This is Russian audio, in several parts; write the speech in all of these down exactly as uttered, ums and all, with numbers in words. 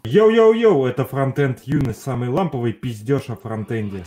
Йоу-йоу-йоу, это фронтенд Юность, самый ламповый пиздеж о фронтенде.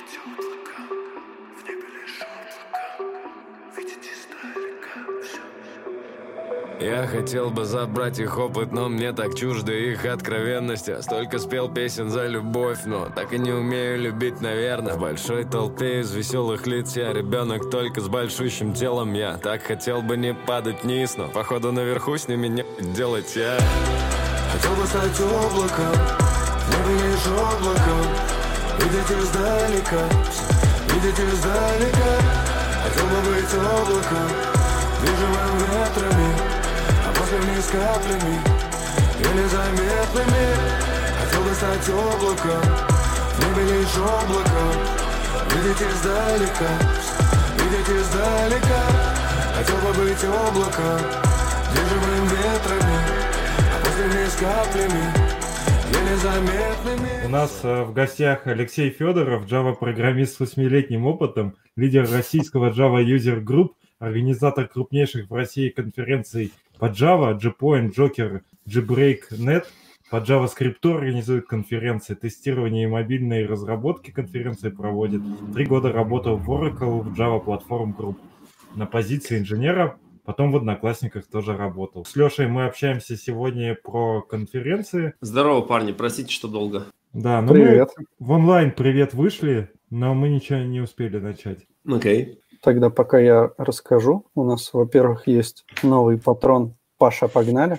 Я хотел бы забрать их опыт, но мне так чуждо их откровенность. Я столько спел песен за любовь, но так и не умею любить, наверное. В большой толпе из веселых лиц я ребенок только с большущим телом. Я так хотел бы не падать вниз, но походу наверху с ними не делать я. Хотел бы стать облаком, небо лишь облаком, видеть издалека, видеть издалека. Хотел бы быть облаком, движимым ветрами, а после вниз каплями, еле заметными. Хотел бы стать облаком, небо лишь облаком, видеть издалека, видеть издалека. Хотел бы быть облаком, движимым ветрами, с каплями, еле заметными. У нас э, в гостях Алексей Федоров, Java-программист с восьмилетним опытом, лидер российского Java User Group, организатор крупнейших в России конференций по Java, JPoint, Joker, JBreak точка нет. По JavaScript организует конференции, тестирование и мобильные разработки конференции проводит. Три года работал в Oracle, в Java Platform Group на позиции инженера. Потом в Одноклассниках тоже работал. С Лешей мы общаемся сегодня про конференции. Здорово, парни, простите, что долго. Да, ну привет. Мы в онлайн привет вышли, но мы ничего не успели начать. Окей. Okay. Тогда пока я расскажу. У нас, во-первых, есть новый патрон Паша, погнали.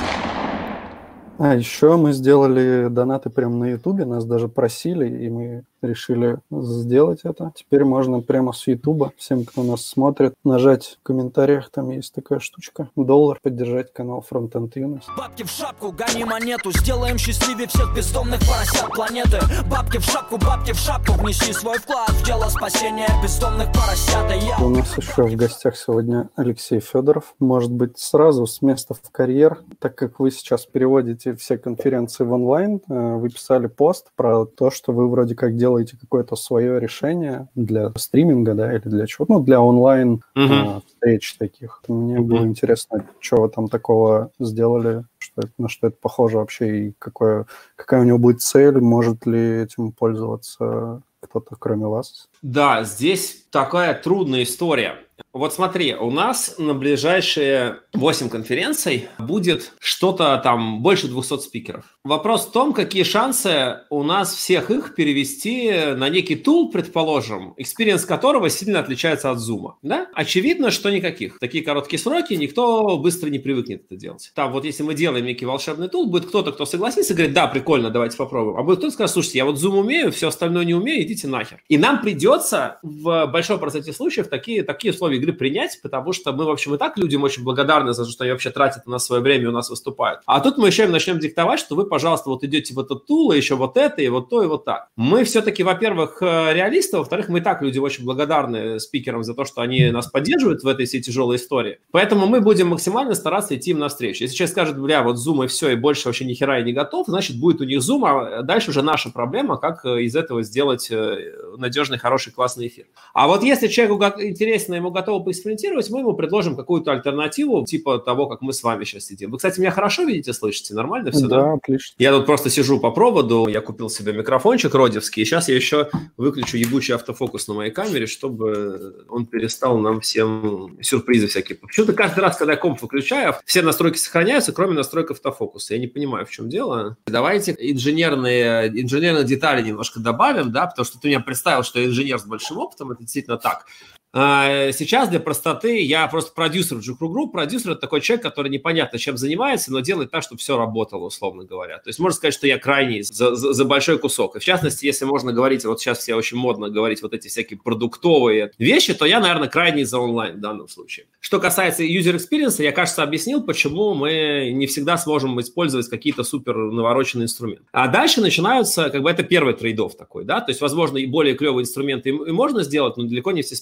А еще мы сделали донаты прямо на Ютубе, нас даже просили, и мы решили сделать это. Теперь можно прямо с Ютуба, всем, кто нас смотрит, нажать в комментариях, там есть такая штучка, доллар, поддержать канал Frontend Юность. Бабки в шапку, гони монету, сделаем счастливее всех бездомных поросят планеты. Бабки в шапку, бабки в шапку, внеси свой вклад в дело спасения бездомных поросят. И я... У нас еще в гостях сегодня Алексей Федоров. Может быть, сразу с места в карьер, так как вы сейчас переводите все конференции в онлайн, вы писали пост про то, что вы вроде как делаете какое-то свое решение для стриминга, да, или для чего, ну, для онлайн uh-huh. встреч таких. Мне uh-huh. было интересно, что вы там такого сделали, что это, на что это похоже вообще, и какое, какая у него будет цель, может ли этим пользоваться кто-то, кроме вас? Да, здесь такая трудная история. Вот смотри, у нас на ближайшие восемь конференций будет что-то там больше двухсот спикеров. Вопрос в том, какие шансы у нас всех их перевести на некий тул, предположим, экспириенс которого сильно отличается от Zoom. Да? Очевидно, что никаких. В такие короткие сроки никто быстро не привыкнет это делать. Там вот если мы делаем некий волшебный тул, будет кто-то, кто согласится и говорит, да, прикольно, давайте попробуем. А будет кто-то скажет, слушайте, я вот Zoom умею, все остальное не умею, идите нахер. И нам придется в большом проценте случаев такие, такие условия игры принять, потому что мы, в общем, и так людям очень благодарны за то, что они вообще тратят на свое время и у нас выступают. А тут мы еще им начнем диктовать, что вы, пожалуйста, вот идете в этот тул, и еще вот это, и вот то, и вот так. Мы все-таки, во-первых, реалисты, во-вторых, мы и так люди очень благодарны спикерам за то, что они нас поддерживают в этой всей тяжелой истории. Поэтому мы будем максимально стараться идти им навстречу. Если человек скажет, бля, вот Zoom и все, и больше вообще ни хера я не готов, значит, будет у них Zoom, а дальше уже наша проблема, как из этого сделать надежный, хороший, классный эфир. А вот если человеку интересно, ему готово поэкспериментировать, мы ему предложим какую-то альтернативу, типа того, как мы с вами сейчас сидим. Вы, кстати, меня хорошо видите, слышите? Нормально все, да? Да, отлично. Я тут просто сижу по проводу, я купил себе микрофончик родевский, и сейчас я еще выключу ебучий автофокус на моей камере, чтобы он перестал нам всем сюрпризы всякие. Почему-то каждый раз, когда я комп выключаю, все настройки сохраняются, кроме настроек автофокуса. Я не понимаю, в чем дело. Давайте инженерные, инженерные детали немножко добавим, да, потому что ты меня представил, что я инженер с большим опытом, это действительно так. Сейчас для простоты я просто продюсер в Joker Group. Продюсер – это такой человек, который непонятно чем занимается, но делает так, чтобы все работало, условно говоря. То есть можно сказать, что я крайний за, за, за большой кусок. И в частности, если можно говорить, вот сейчас все очень модно говорить вот эти всякие продуктовые вещи, то я, наверное, крайний за онлайн в данном случае. Что касается user experience, я, кажется, объяснил, почему мы не всегда сможем использовать какие-то супер навороченные инструменты. А дальше начинаются, как бы это первый трейд-офф такой, да, то есть, возможно, и более клевые инструменты и можно сделать, но далеко не все спикеры готовы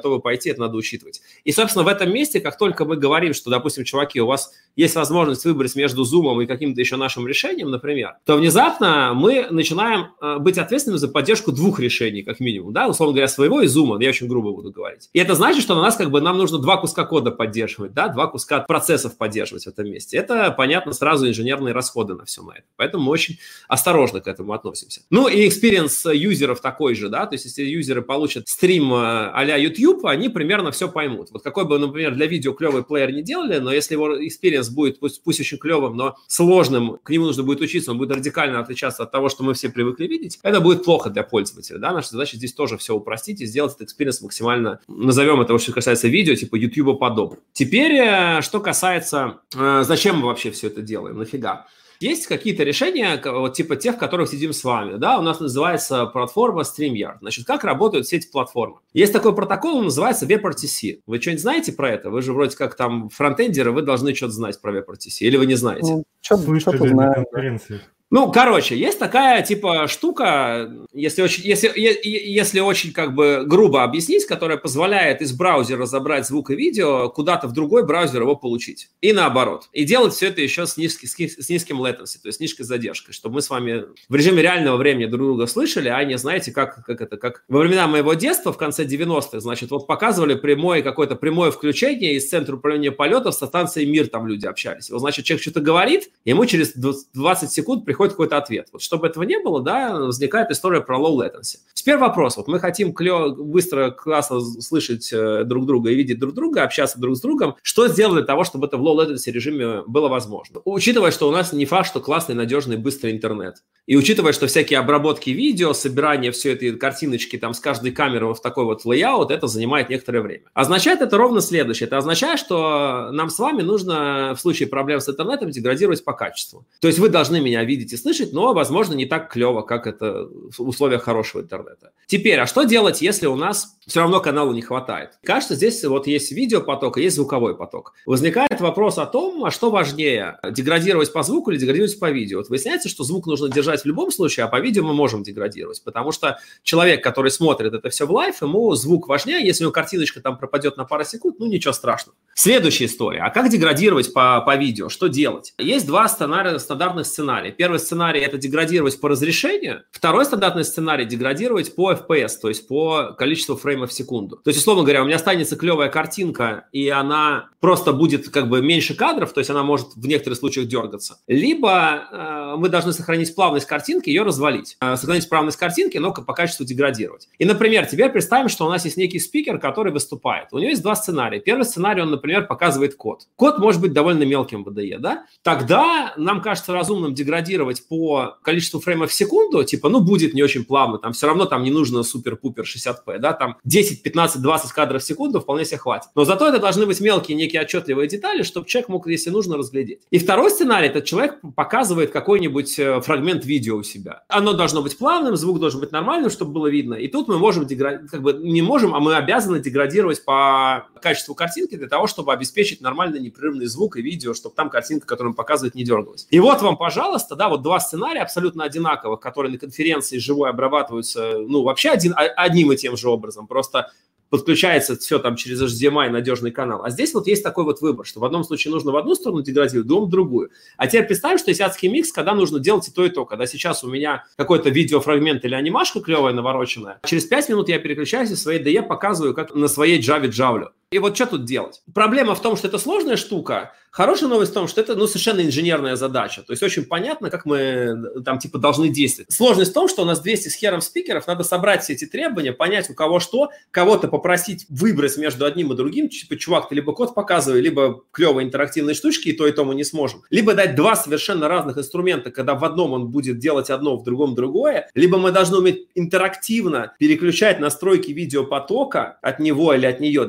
готовы пойти, это надо учитывать. И, собственно, в этом месте, как только мы говорим, что, допустим, чуваки, у вас есть возможность выбрать между Zoom и каким-то еще нашим решением, например, то внезапно мы начинаем быть ответственными за поддержку двух решений, как минимум, да, условно говоря, своего и Zoom, я очень грубо буду говорить. И это значит, что на нас как бы нам нужно два куска кода поддерживать, да, два куска процессов поддерживать в этом месте. Это, понятно, сразу инженерные расходы на все на это. Поэтому мы очень осторожно к этому относимся. Ну и экспириенс юзеров такой же, да, то есть если юзеры получат стрим а-ля YouTube, они примерно все поймут. Вот какой бы, например, для видео клевый плеер не делали, но если его экспириенс будет, пусть, пусть очень клевым, но сложным, к нему нужно будет учиться, он будет радикально отличаться от того, что мы все привыкли видеть, это будет плохо для пользователя, да, наша задача здесь тоже все упростить и сделать этот экспириенс максимально, назовем это, что касается видео, типа YouTube подобным. Теперь, что касается, зачем мы вообще все это делаем, нафига? Есть какие-то решения, вот, типа тех, в которых сидим с вами, да, у нас называется платформа StreamYard. Значит, как работают все эти платформы? Есть такой протокол, он называется WebRTC. Вы что-нибудь знаете про это? Вы же вроде как там фронтендеры, вы должны что-то знать про WebRTC, или вы не знаете? Ну, что-то знаю. Ну, короче, есть такая, типа, штука, если очень, если, если очень, как бы, грубо объяснить, которая позволяет из браузера забрать звук и видео, куда-то в другой браузер его получить. И наоборот. И делать все это еще с, низкий, с низким latency, то есть с низкой задержкой, чтобы мы с вами в режиме реального времени друг друга слышали, а не, знаете, как, как это, как во времена моего детства, в конце девяностых, значит, вот показывали прямое, какое-то прямое включение из центра управления полетов со станции «Мир», там люди общались. Вот, значит, человек что-то говорит, и ему через двадцать секунд приходит приходит какой-то ответ. Вот чтобы этого не было, да, возникает история про low latency. Теперь вопрос. Вот мы хотим клево, быстро, классно слышать друг друга и видеть друг друга, общаться друг с другом. Что сделать для того, чтобы это в low latency режиме было возможно? Учитывая, что у нас не факт, что классный, надежный, быстрый интернет. И учитывая, что всякие обработки видео, собирание все этой картиночки там с каждой камеры в такой вот лейаут, это занимает некоторое время. Означает это ровно следующее. Это означает, что нам с вами нужно в случае проблем с интернетом деградировать по качеству. То есть вы должны меня видеть и слышать, но, возможно, не так клево, как это в условиях хорошего интернета. Теперь, а что делать, если у нас все равно канала не хватает? Кажется, здесь вот есть видеопоток и есть звуковой поток. Возникает вопрос о том, а что важнее, деградировать по звуку или деградировать по видео? Вот выясняется, что звук нужно держать в любом случае, а по видео мы можем деградировать, потому что человек, который смотрит это все в лайв, ему звук важнее, если у него картиночка там пропадет на пару секунд, ну ничего страшного. Следующая история. А как деградировать по, по видео? Что делать? Есть два сценария, стандартных сценария. Первый сценарий – это деградировать по разрешению. Второй стандартный сценарий – деградировать по эф пи эс, то есть по количеству фреймов в секунду. То есть, условно говоря, у меня останется клевая картинка, и она просто будет как бы меньше кадров, то есть она может в некоторых случаях дергаться. Либо э, мы должны сохранить плавность картинки, ее развалить. Э, сохранить плавность картинки, но по качеству деградировать. И, например, теперь представим, что у нас есть некий спикер, который выступает. У него есть два сценария. Первый сценарий, он, например, показывает код. Код может быть довольно мелким в ви ди и, да? Тогда нам кажется разумным деградировать по количеству фреймов в секунду, типа, ну, будет не очень плавно, там все равно там не нужно супер-пупер шестьдесят пи, да, там десять, пятнадцать, двадцать кадров в секунду вполне себе хватит. Но зато это должны быть мелкие, некие отчетливые детали, чтобы человек мог, если нужно, разглядеть. И второй сценарий, этот человек показывает какой-нибудь фрагмент видео у себя. Оно должно быть плавным, звук должен быть нормальным, чтобы было видно. И тут мы можем, деградировать, как бы не можем, а мы обязаны деградировать по качеству картинки для того, чтобы обеспечить нормальный непрерывный звук и видео, чтобы там картинка, которую он показывает, не дергалась. И вот вам, пожалуйста, да, вот два сценария абсолютно одинаковых, которые на конференции живой обрабатываются, ну, вообще один, одним и тем же образом. Просто подключается все там через эйч ди эм ай, надежный канал. А здесь вот есть такой вот выбор, что в одном случае нужно в одну сторону деградировать, в другом в другую. А теперь представим, что есть адский микс, когда нужно делать и то, и то. Когда сейчас у меня какой-то видеофрагмент или анимашка клевая, навороченная, через пять минут я переключаюсь и в своей ди и показываю, как на своей Java джавлю. И вот что тут делать? Проблема в том, что это сложная штука. Хорошая новость в том, что это, ну, совершенно инженерная задача. То есть очень понятно, как мы там типа должны действовать. Сложность в том, что у нас двести с хером спикеров, надо собрать все эти требования, понять, у кого что, кого-то попросить выбрать между одним и другим. Типа, чувак, ты либо код показывай, либо клевые интерактивные штучки, и то, и то мы не сможем. Либо дать два совершенно разных инструмента, когда в одном он будет делать одно, в другом другое. Либо мы должны уметь интерактивно переключать настройки видеопотока от него или от нее для того, чтобы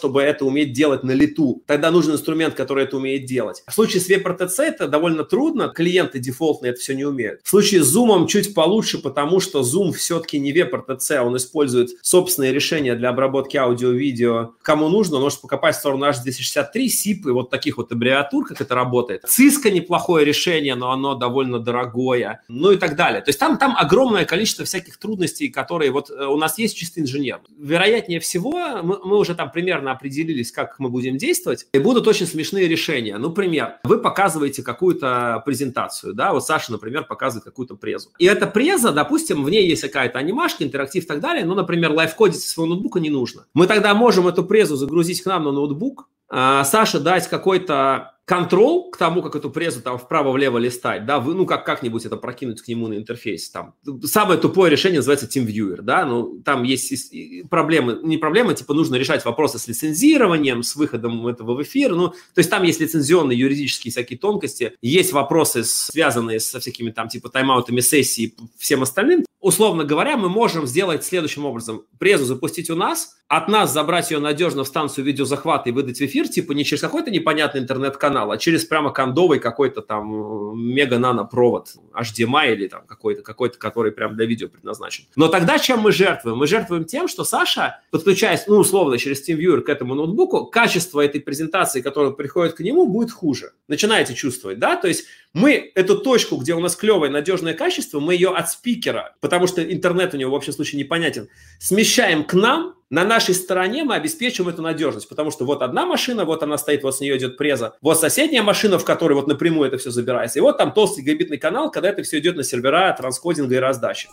чтобы это уметь делать на лету. Тогда нужен инструмент, который это умеет делать. В случае с WebRTC это довольно трудно, клиенты дефолтные это все не умеют. В случае с Zoom чуть получше, потому что Zoom все-таки не WebRTC, он использует собственные решения для обработки аудио-видео. Кому нужно, он может покопать в сторону эйч двести шестьдесят три, сип и вот таких вот аббревиатур, как это работает. Cisco неплохое решение, но оно довольно дорогое, ну и так далее. То есть там, там огромное количество всяких трудностей, которые вот у нас есть чисто инженер. Вероятнее всего, мы, мы уже там примерно определились, как мы будем действовать, и будут очень смешные решения. Ну, например, вы показываете какую-то презентацию, да, вот Саша, например, показывает какую-то презу. И эта преза, допустим, в ней есть какая-то анимашка, интерактив и так далее, но, например, лайфкодить со своего ноутбука не нужно. Мы тогда можем эту презу загрузить к нам на ноутбук, а Саше дать какой-то контрол к тому, как эту презу там вправо-влево листать, да, вы, ну, как, как-нибудь это прокинуть к нему на интерфейс, там. Самое тупое решение называется TeamViewer, да, ну, там есть проблемы, не проблемы, типа нужно решать вопросы с лицензированием, с выходом этого в эфир, ну, то есть там есть лицензионные, юридические всякие тонкости, есть вопросы, связанные со всякими там, типа тайм-аутами сессии и всем остальным. Условно говоря, мы можем сделать следующим образом. Презу запустить у нас, от нас забрать ее надежно в станцию видеозахвата и выдать в эфир, типа не через какой-то непонятный интернет-канал, а через прямо кондовый какой-то там мега-нано-провод, эйч ди эм ай или там какой-то, какой-то, который прям для видео предназначен. Но тогда чем мы жертвуем? Мы жертвуем тем, что Саша, подключаясь, ну, условно, через TeamViewer к этому ноутбуку, качество этой презентации, которая приходит к нему, будет хуже. Начинаете чувствовать, да? То есть мы эту точку, где у нас клевое, надежное качество, мы ее от спикера, потому что интернет у него в общем случае непонятен, смещаем к нам. На нашей стороне мы обеспечим эту надежность, потому что вот одна машина, вот она стоит, вот с нее идет преза, вот соседняя машина, в которой вот напрямую это все забирается, и вот там толстый гигабитный канал, когда это все идет на сервера транскодинга и раздачи.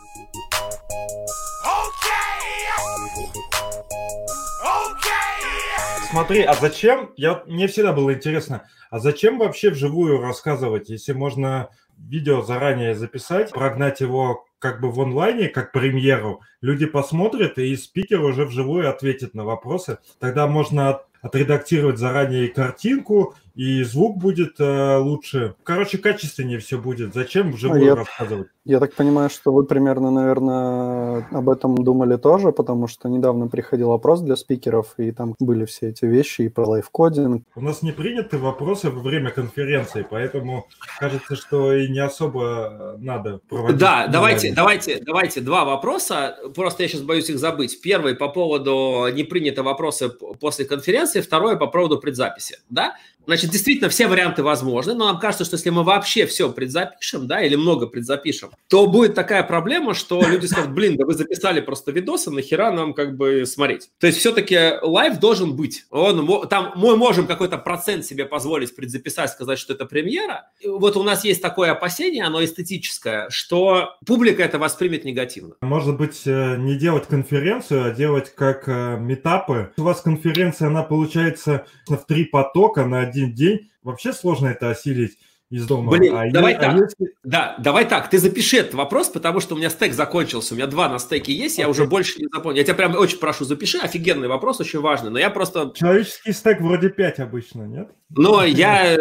Смотри, а зачем, я, мне всегда было интересно, а зачем вообще вживую рассказывать, если можно видео заранее записать, прогнать его как бы в онлайне, как премьеру, люди посмотрят, и спикер уже вживую ответит на вопросы. Тогда можно отредактировать заранее и картинку, и звук будет э, лучше. Короче, качественнее все будет. Зачем вживую я, рассказывать? Я так понимаю, что вы примерно, наверное, об этом думали тоже, потому что недавно приходил опрос для спикеров, и там были все эти вещи и про лайфкодинг. У нас не приняты вопросы во время конференции, поэтому кажется, что и не особо надо проводить. Да, давайте, давайте, давайте два вопроса. Просто я сейчас боюсь их забыть. Первый по поводу не приняты вопросы после конференции, второй по поводу предзаписи. Да? Значит, действительно, все варианты возможны, но нам кажется, что если мы вообще все предзапишем, да, или много предзапишем, то будет такая проблема, что люди скажут, блин, да вы записали просто видосы, нахера нам как бы смотреть. То есть все-таки лайв должен быть. Он, там мы можем какой-то процент себе позволить предзаписать, сказать, что это премьера. И вот у нас есть такое опасение, оно эстетическое, что публика это воспримет негативно. Может быть, не делать конференцию, а делать как митапы. У вас конференция, она получается в три потока на один день. Вообще сложно это осилить из дома. Блин, а давай е- так. А если... Да, давай так. Ты запиши этот вопрос, потому что у меня стек закончился. У меня два на стеке есть, я okay. уже больше не запомню. Я тебя прям очень прошу, запиши. Офигенный вопрос, очень важный. Но я просто... Человеческий стек вроде пять обычно, нет? Но я...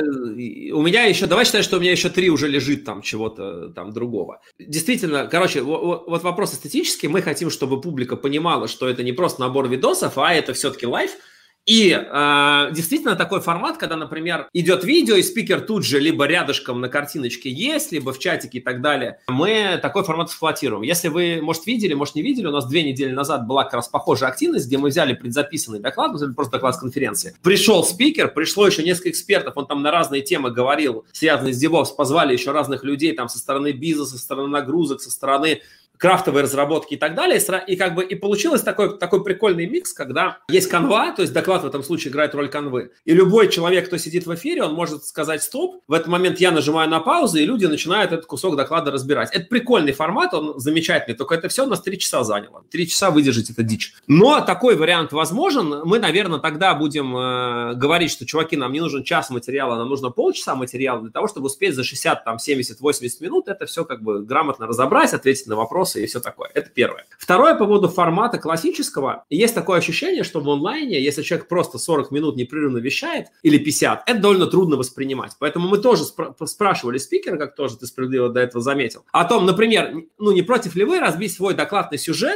У меня еще... Давай считай, что у меня еще три уже лежит там чего-то там другого. Действительно, короче, вот, вот вопрос эстетический. Мы хотим, чтобы публика понимала, что это не просто набор видосов, а это все-таки лайв. И э, действительно такой формат, когда, например, идет видео, и спикер тут же либо рядышком на картиночке есть, либо в чатике и так далее, мы такой формат эксплуатируем. Если вы, может, видели, может, не видели, у нас две недели назад была как раз похожая активность, где мы взяли предзаписанный доклад, мы взяли просто доклад с конференции. Пришел спикер, пришло еще несколько экспертов, он там на разные темы говорил, связанные с DevOps, позвали еще разных людей там со стороны бизнеса, со стороны нагрузок, со стороны крафтовые разработки и так далее, и как бы и получилось такой, такой прикольный микс, когда есть канва, то есть доклад в этом случае играет роль канвы, и любой человек, кто сидит в эфире, он может сказать стоп, в этот момент я нажимаю на паузу, и люди начинают этот кусок доклада разбирать. Это прикольный формат, он замечательный, только это все у нас три часа заняло. Три часа выдержать это дичь. Но такой вариант возможен, мы, наверное, тогда будем э, говорить, что, чуваки, нам не нужен час материала, нам нужно полчаса материала для того, чтобы успеть за шестьдесят, там, семьдесят, восемьдесят минут это все как бы грамотно разобрать, ответить на вопросы и все такое. Это первое. Второе, по поводу формата классического. Есть такое ощущение, что в онлайне, если человек просто сорок минут непрерывно вещает, или пятьдесят, это довольно трудно воспринимать. Поэтому мы тоже спра- спрашивали спикера, как тоже ты справедливо до этого заметил, о том, например, ну не против ли вы разбить свой доклад на сюжеты,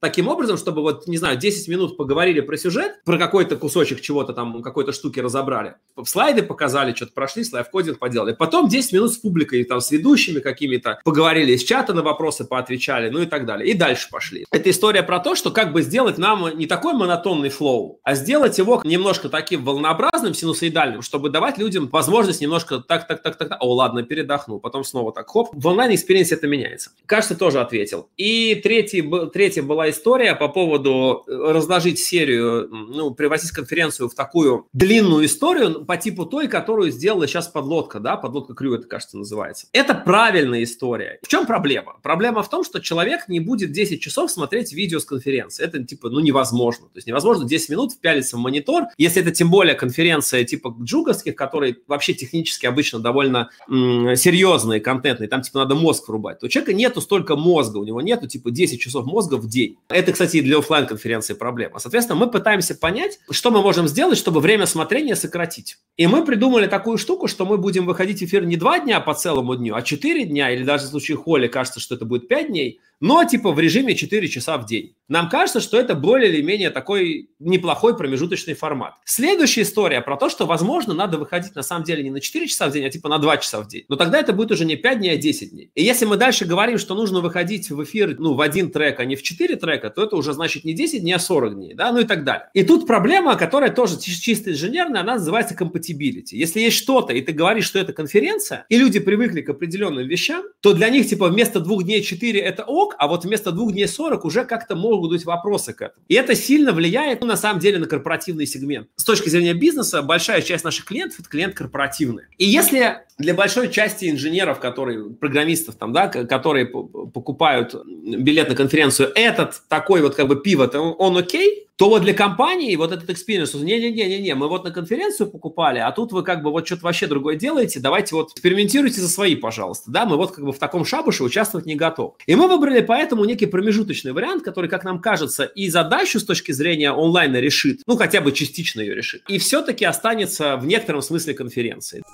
таким образом, чтобы вот, не знаю, десять минут поговорили про сюжет, про какой-то кусочек чего-то там, какой-то штуки разобрали, слайды показали, что-то прошли, слайв-кодинг поделали, потом десять минут с публикой, там, с ведущими какими-то, поговорили, из чата на вопросы поотвечали, ну и так далее, и дальше пошли. Это история про то, что как бы сделать нам не такой монотонный флоу, а сделать его немножко таким волнообразным, синусоидальным, чтобы давать людям возможность немножко так, так, так, так, так, о, ладно, передохну, потом снова так, хоп, в онлайн-экспириенсе это меняется. Кажется, тоже ответил. И третий, третья была история по поводу разложить серию, ну, превратить конференцию в такую длинную историю по типу той, которую сделала сейчас подлодка, да, подлодка Крю, это, кажется, называется. Это правильная история. В чем проблема? Проблема в том, что человек не будет десять часов смотреть видео с конференции. Это, типа, ну, невозможно. То есть невозможно десять минут впялиться в монитор, если это тем более конференция типа джуговских, которые вообще технически обычно довольно м- серьезные, контентные, там, типа, надо мозг врубать. То у человека нету столько мозга, у него нету, типа, десять часов мозга в день. Это, кстати, и для офлайн-конференции проблема. Соответственно, мы пытаемся понять, что мы можем сделать, чтобы время смотрения сократить. И мы придумали такую штуку, что мы будем выходить в эфир не два дня по целому дню, а четыре дня, или даже в случае Холли кажется, что это будет пять дней, но типа в режиме четыре часа в день. Нам кажется, что это более или менее такой неплохой промежуточный формат. Следующая история про то, что, возможно, надо выходить на самом деле не на четыре часа в день, а типа на два часа в день. Но тогда это будет уже не пять дней, а десять дней. И если мы дальше говорим, что нужно выходить в эфир, ну, в один трек, а не в четыре трека, то это уже значит не десять дней, а сорок дней, да, ну и так далее. И тут проблема, которая тоже чисто инженерная, она называется compatibility. Если есть что-то, и ты говоришь, что это конференция, и люди привыкли к определенным вещам, то для них типа вместо двух дней четыре это ок, а вот вместо двух дней сорок уже как-то могут быть вопросы к этому. И это сильно влияет, ну, на самом деле, на корпоративный сегмент. С точки зрения бизнеса, большая часть наших клиентов – это клиент корпоративный. И если для большой части инженеров, которые, программистов, там, да, которые покупают билет на конференцию, этот такой вот как бы пивот, он, он окей, то вот для компании вот этот experience, не-не-не-не, мы вот на конференцию покупали, а тут вы как бы вот что-то вообще другое делаете, давайте вот экспериментируйте за свои, пожалуйста, да, мы вот как бы в таком шабуше участвовать не готовы. И мы выбрали поэтому некий промежуточный вариант, который, как нам кажется, и задачу с точки зрения онлайна решит, ну хотя бы частично ее решит, и все-таки останется в некотором смысле конференцией.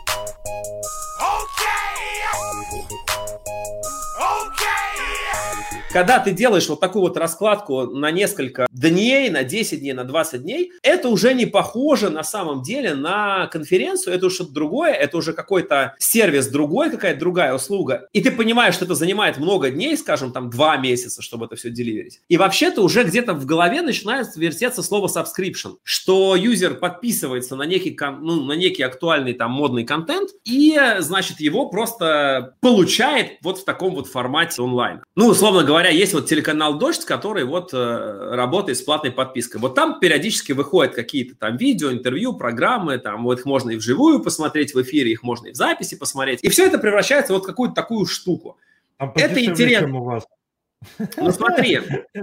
Когда ты делаешь вот такую вот раскладку на несколько дней, на десять дней, на двадцать дней, это уже не похоже на самом деле на конференцию, это уже что-то другое, это уже какой-то сервис другой, какая-то другая услуга. И ты понимаешь, что это занимает много дней, скажем, там два месяца, чтобы это все деливерить. И вообще-то уже где-то в голове начинает вертеться слово subscription, что юзер подписывается на некий, ну, на некий актуальный там модный контент и, значит, его просто получает вот в таком вот формате онлайн. Ну, условно говоря, есть вот телеканал «Дождь», который вот э, работает с платной подпиской. Вот там периодически выходят какие-то там видео, интервью, программы, там вот их можно и вживую посмотреть в эфире, их можно и в записи посмотреть. И все это превращается в вот какую-то такую штуку. А это интересно. У вас. Ну смотри.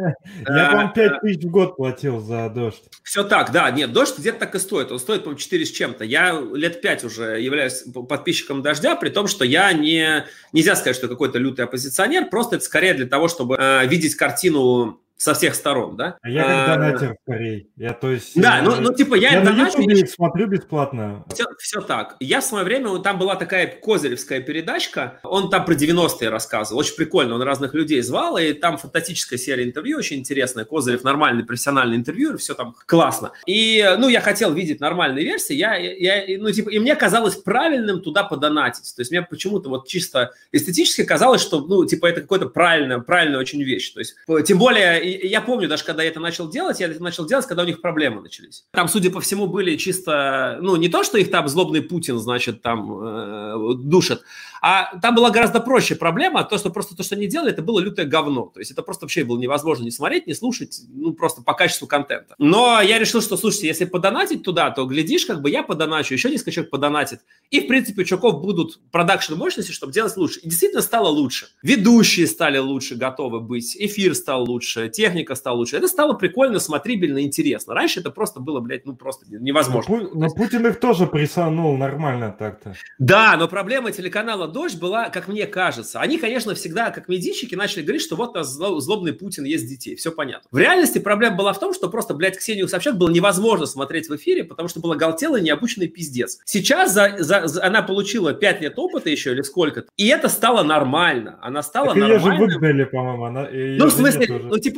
Я вам пять тысяч в год платил за «Дождь». Все так, да, нет, «Дождь» где-то так и стоит. Он стоит, по-моему, четыре с чем-то. Я лет пять уже являюсь подписчиком «Дождя», при том, что я не... Нельзя сказать, что какой-то лютый оппозиционер, просто это скорее для того, чтобы э, видеть картину со всех сторон, да? А я как донатер скорее. Я, то есть, да, ну, ну типа я... Я это на YouTube их смотрю бесплатно. Все, все так. Я в свое время, там была такая козыревская передачка, он там про девяностые рассказывал, очень прикольно, он разных людей звал, и там фантастическая серия интервью, очень интересная, Козырев нормальный профессиональный интервьюер, все там классно. И, ну, я хотел видеть нормальные версии, я, я, ну, типа, и мне казалось правильным туда подонатить, то есть мне почему-то вот чисто эстетически казалось, что, ну, типа, это какая-то правильная, правильная очень вещь, то есть, тем более, я помню даже, когда я это начал делать, я это начал делать, когда у них проблемы начались. Там, судя по всему, были чисто, ну, не то, что их там злобный Путин, значит, там э, душит, а там была гораздо проще проблема, то, что просто то, что они делали, это было лютое говно. То есть это просто вообще было невозможно не смотреть, не слушать, ну, просто по качеству контента. Но я решил, что, слушайте, если подонатить туда, то, глядишь, как бы я подоначу, еще несколько человек подонатит. И, в принципе, у чуваков будут продакшн мощности, чтобы делать лучше. И действительно стало лучше. Ведущие стали лучше, готовы быть, эфир стал лучше, техника стала лучше. Это стало прикольно, смотрибельно, интересно. Раньше это просто было, блядь, ну, просто невозможно. Но, но Путин их тоже присанул нормально так-то. Да, но проблема телеканала «Дождь» была, как мне кажется. Они, конечно, всегда, как медийщики, начали говорить, что вот у нас злобный Путин ест детей. Все понятно. В реальности проблема была в том, что просто, блядь, Ксению Собчак было невозможно смотреть в эфире, потому что была галтелый, необученный пиздец. Сейчас за, за, за, она получила пять лет опыта еще или сколько-то, и это стало нормально. Она стала так нормальной. Ее же выгнали, по-моему. Она, ну, в смысле, ну, типа,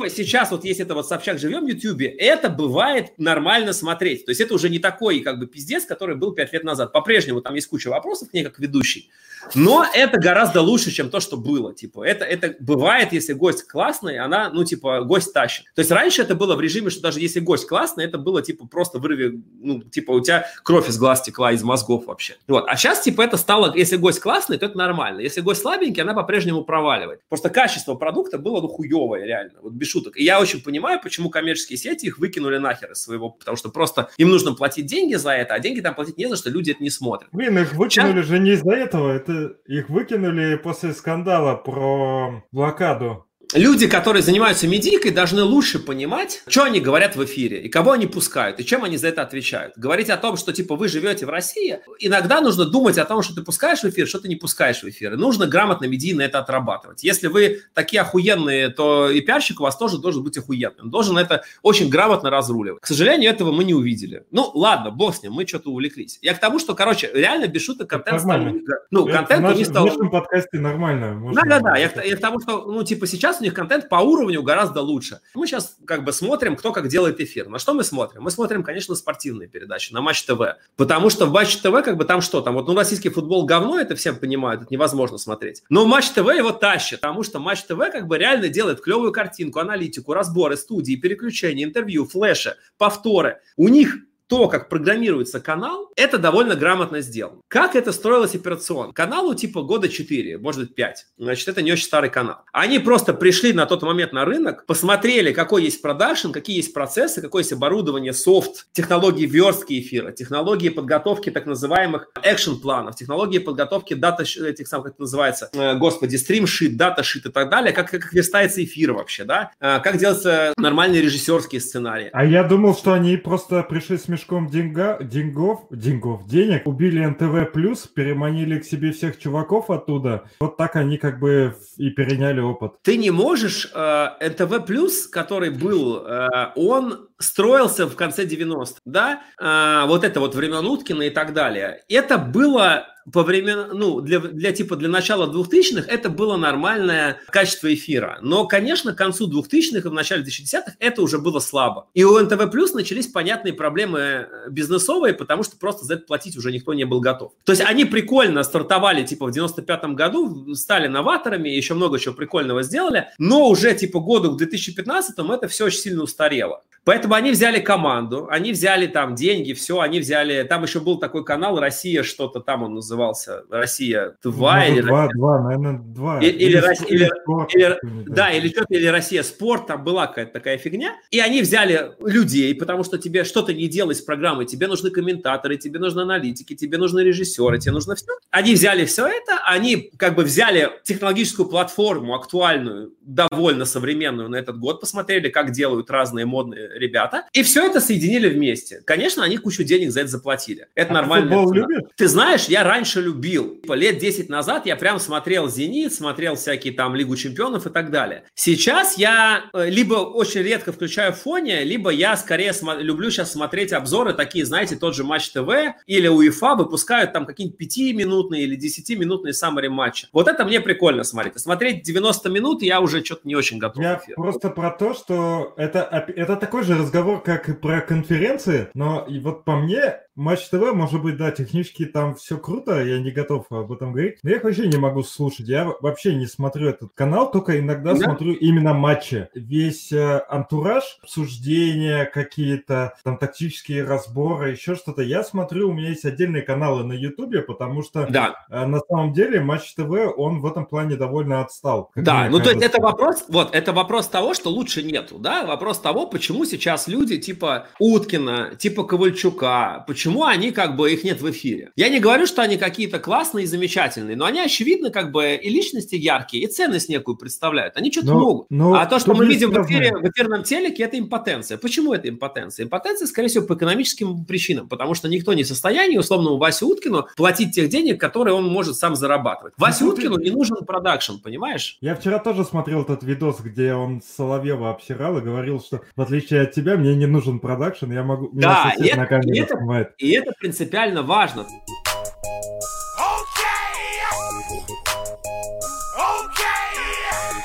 типа сейчас вот есть это вот Собчак живем в Ютьюбе, это бывает нормально смотреть. То есть это уже не такой как бы пиздец, который был пять лет назад. По-прежнему там есть куча вопросов к ней как ведущий. Но это гораздо лучше, чем то, что было. Типа, это, это бывает, если гость классный, она, ну, типа, гость тащит. То есть раньше это было в режиме, что даже если гость классный, это было, типа, просто вырви, ну, типа, у тебя кровь из глаз текла, из мозгов вообще. Вот. А сейчас, типа, это стало, если гость классный, то это нормально. Если гость слабенький, она по-прежнему проваливает. Просто качество продукта было, ну, хуевое, реально, вот без шуток. И я очень понимаю, почему коммерческие сети их выкинули нахер из своего, потому что просто им нужно платить деньги за это, а деньги там платить не за что, люди это не смотрят. Блин, их выкинули сейчас... же не из-за этого, это их выкинули после скандала про блокаду. Люди, которые занимаются медийкой, должны лучше понимать, что они говорят в эфире, и кого они пускают, и чем они за это отвечают. Говорить о том, что, типа, вы живете в России, иногда нужно думать о том, что ты пускаешь в эфир, что ты не пускаешь в эфир. И нужно грамотно медийно это отрабатывать. Если вы такие охуенные, то и пиарщик у вас тоже должен быть охуенным. Должен это очень грамотно разруливать. К сожалению, этого мы не увидели. Ну, ладно, бог с ним, мы что-то увлеклись. Я к тому, что, короче, реально без шуток контент стал... Ну, это контент в, наш, не стал... в нашем подкасте нормально. Да-да-да, я, я к тому, что, ну, типа, сейчас у них контент по уровню гораздо лучше. Мы сейчас как бы смотрим, кто как делает эфир. На что мы смотрим? Мы смотрим, конечно, спортивные передачи, на Матч ТВ. Потому что в Матч ТВ как бы там что? Там вот, ну, российский футбол говно, это все понимают, это невозможно смотреть. Но Матч ТВ его тащит, потому что Матч ТВ как бы реально делает клевую картинку, аналитику, разборы, студии, переключения, интервью, флеши, повторы. У них то, как программируется канал, это довольно грамотно сделано. Как это строилось операционно? Каналу типа года четыре, может быть пять. Значит, это не очень старый канал. Они просто пришли на тот момент на рынок, посмотрели, какой есть продакшн, какие есть процессы, какое есть оборудование, софт, технологии верстки эфира, технологии подготовки так называемых экшн-планов, технологии подготовки дата, этих самых, как это называется, э, господи, стрим-шит, дата-шит и так далее, как, как верстается эфир вообще, да? Э, как делаются нормальные режиссерские сценарии. А я думал, что они просто пришли с мешком деньга, деньгов, деньгов, денег, убили эн тэ вэ плюс, переманили к себе всех чуваков оттуда. Вот так они как бы и переняли опыт. Ты не можешь... Э, эн тэ вэ плюс, который был, э, он строился в конце девяностых, да? Э, вот это вот времен Уткина и так далее. Это было... по времен, ну, для, для типа для начала двухтысячных это было нормальное качество эфира. Но, конечно, к концу двухтысячных и в начале двухтысячных это уже было слабо. И у эн тэ вэ плюс начались понятные проблемы бизнесовые, потому что просто за это платить уже никто не был готов. То есть они прикольно стартовали типа в девяносто пятом году, стали новаторами, еще много чего прикольного сделали, но уже типа году к две тысячи пятнадцатому это все очень сильно устарело. Поэтому они взяли команду, они взяли там деньги, все, они взяли... Там еще был такой канал «Россия», что-то там он назывался, «Россия два» или... Два, Россия... два, наверное, два. Или, или, Россия, или, спорт, или, да, или что-то, или «Россия спорт», там была какая-то такая фигня. И они взяли людей, потому что тебе что-то не делать с программой, тебе нужны комментаторы, тебе нужны аналитики, тебе нужны режиссеры, тебе нужно все. Они взяли все это, они как бы взяли технологическую платформу актуальную, довольно современную на этот год, посмотрели, как делают разные модные ребята, и все это соединили вместе. Конечно, они кучу денег за это заплатили. Это а нормально. Футбол любишь? Ты знаешь, я раньше любил. Лет десять назад я прям смотрел «Зенит», смотрел всякие там Лигу чемпионов и так далее. Сейчас я либо очень редко включаю в фоне, либо я скорее см- люблю сейчас смотреть обзоры, такие, знаете, тот же Матч ТВ или УЕФА выпускают там какие-нибудь пятиминутные или десятиминутные саммари матча. Вот это мне прикольно смотреть. А смотреть девяносто минут я уже что-то не очень готов. Я просто про то, что это, это такой же разговор, как и про конференции, но и вот по мне Матч ТВ, может быть, да, технически там все круто, я не готов об этом говорить, но я их вообще не могу слушать, я вообще не смотрю этот канал, только иногда да? смотрю именно матчи. Весь э, антураж, обсуждения какие-то, там тактические разборы, еще что-то, я смотрю, у меня есть отдельные каналы на Ютубе, потому что да. э, на самом деле Матч ТВ, он в этом плане довольно отстал. Да, ну то есть это вопрос, вот, это вопрос того, что лучше нету, да, вопрос того, почему сейчас люди типа Уткина, типа Ковальчука, почему Почему они, как бы, их нет в эфире? Я не говорю, что они какие-то классные и замечательные, но они, очевидно, как бы, и личности яркие, и ценность некую представляют. Они что-то но, могут. Но а то, что мы видим в, эфире, в эфирном телеке, это импотенция. Почему это импотенция? Импотенция, скорее всего, по экономическим причинам, потому что никто не в состоянии, условному Васе Уткину, платить тех денег, которые он может сам зарабатывать. Васе ну, Уткину ты... не нужен продакшн, понимаешь? Я вчера тоже смотрел этот видос, где он Соловьева обсирал и говорил, что в отличие от тебя, мне не нужен продакшн, я могу... Да, меня сосед на камере это... снимает. И это принципиально важно. Okay. Okay.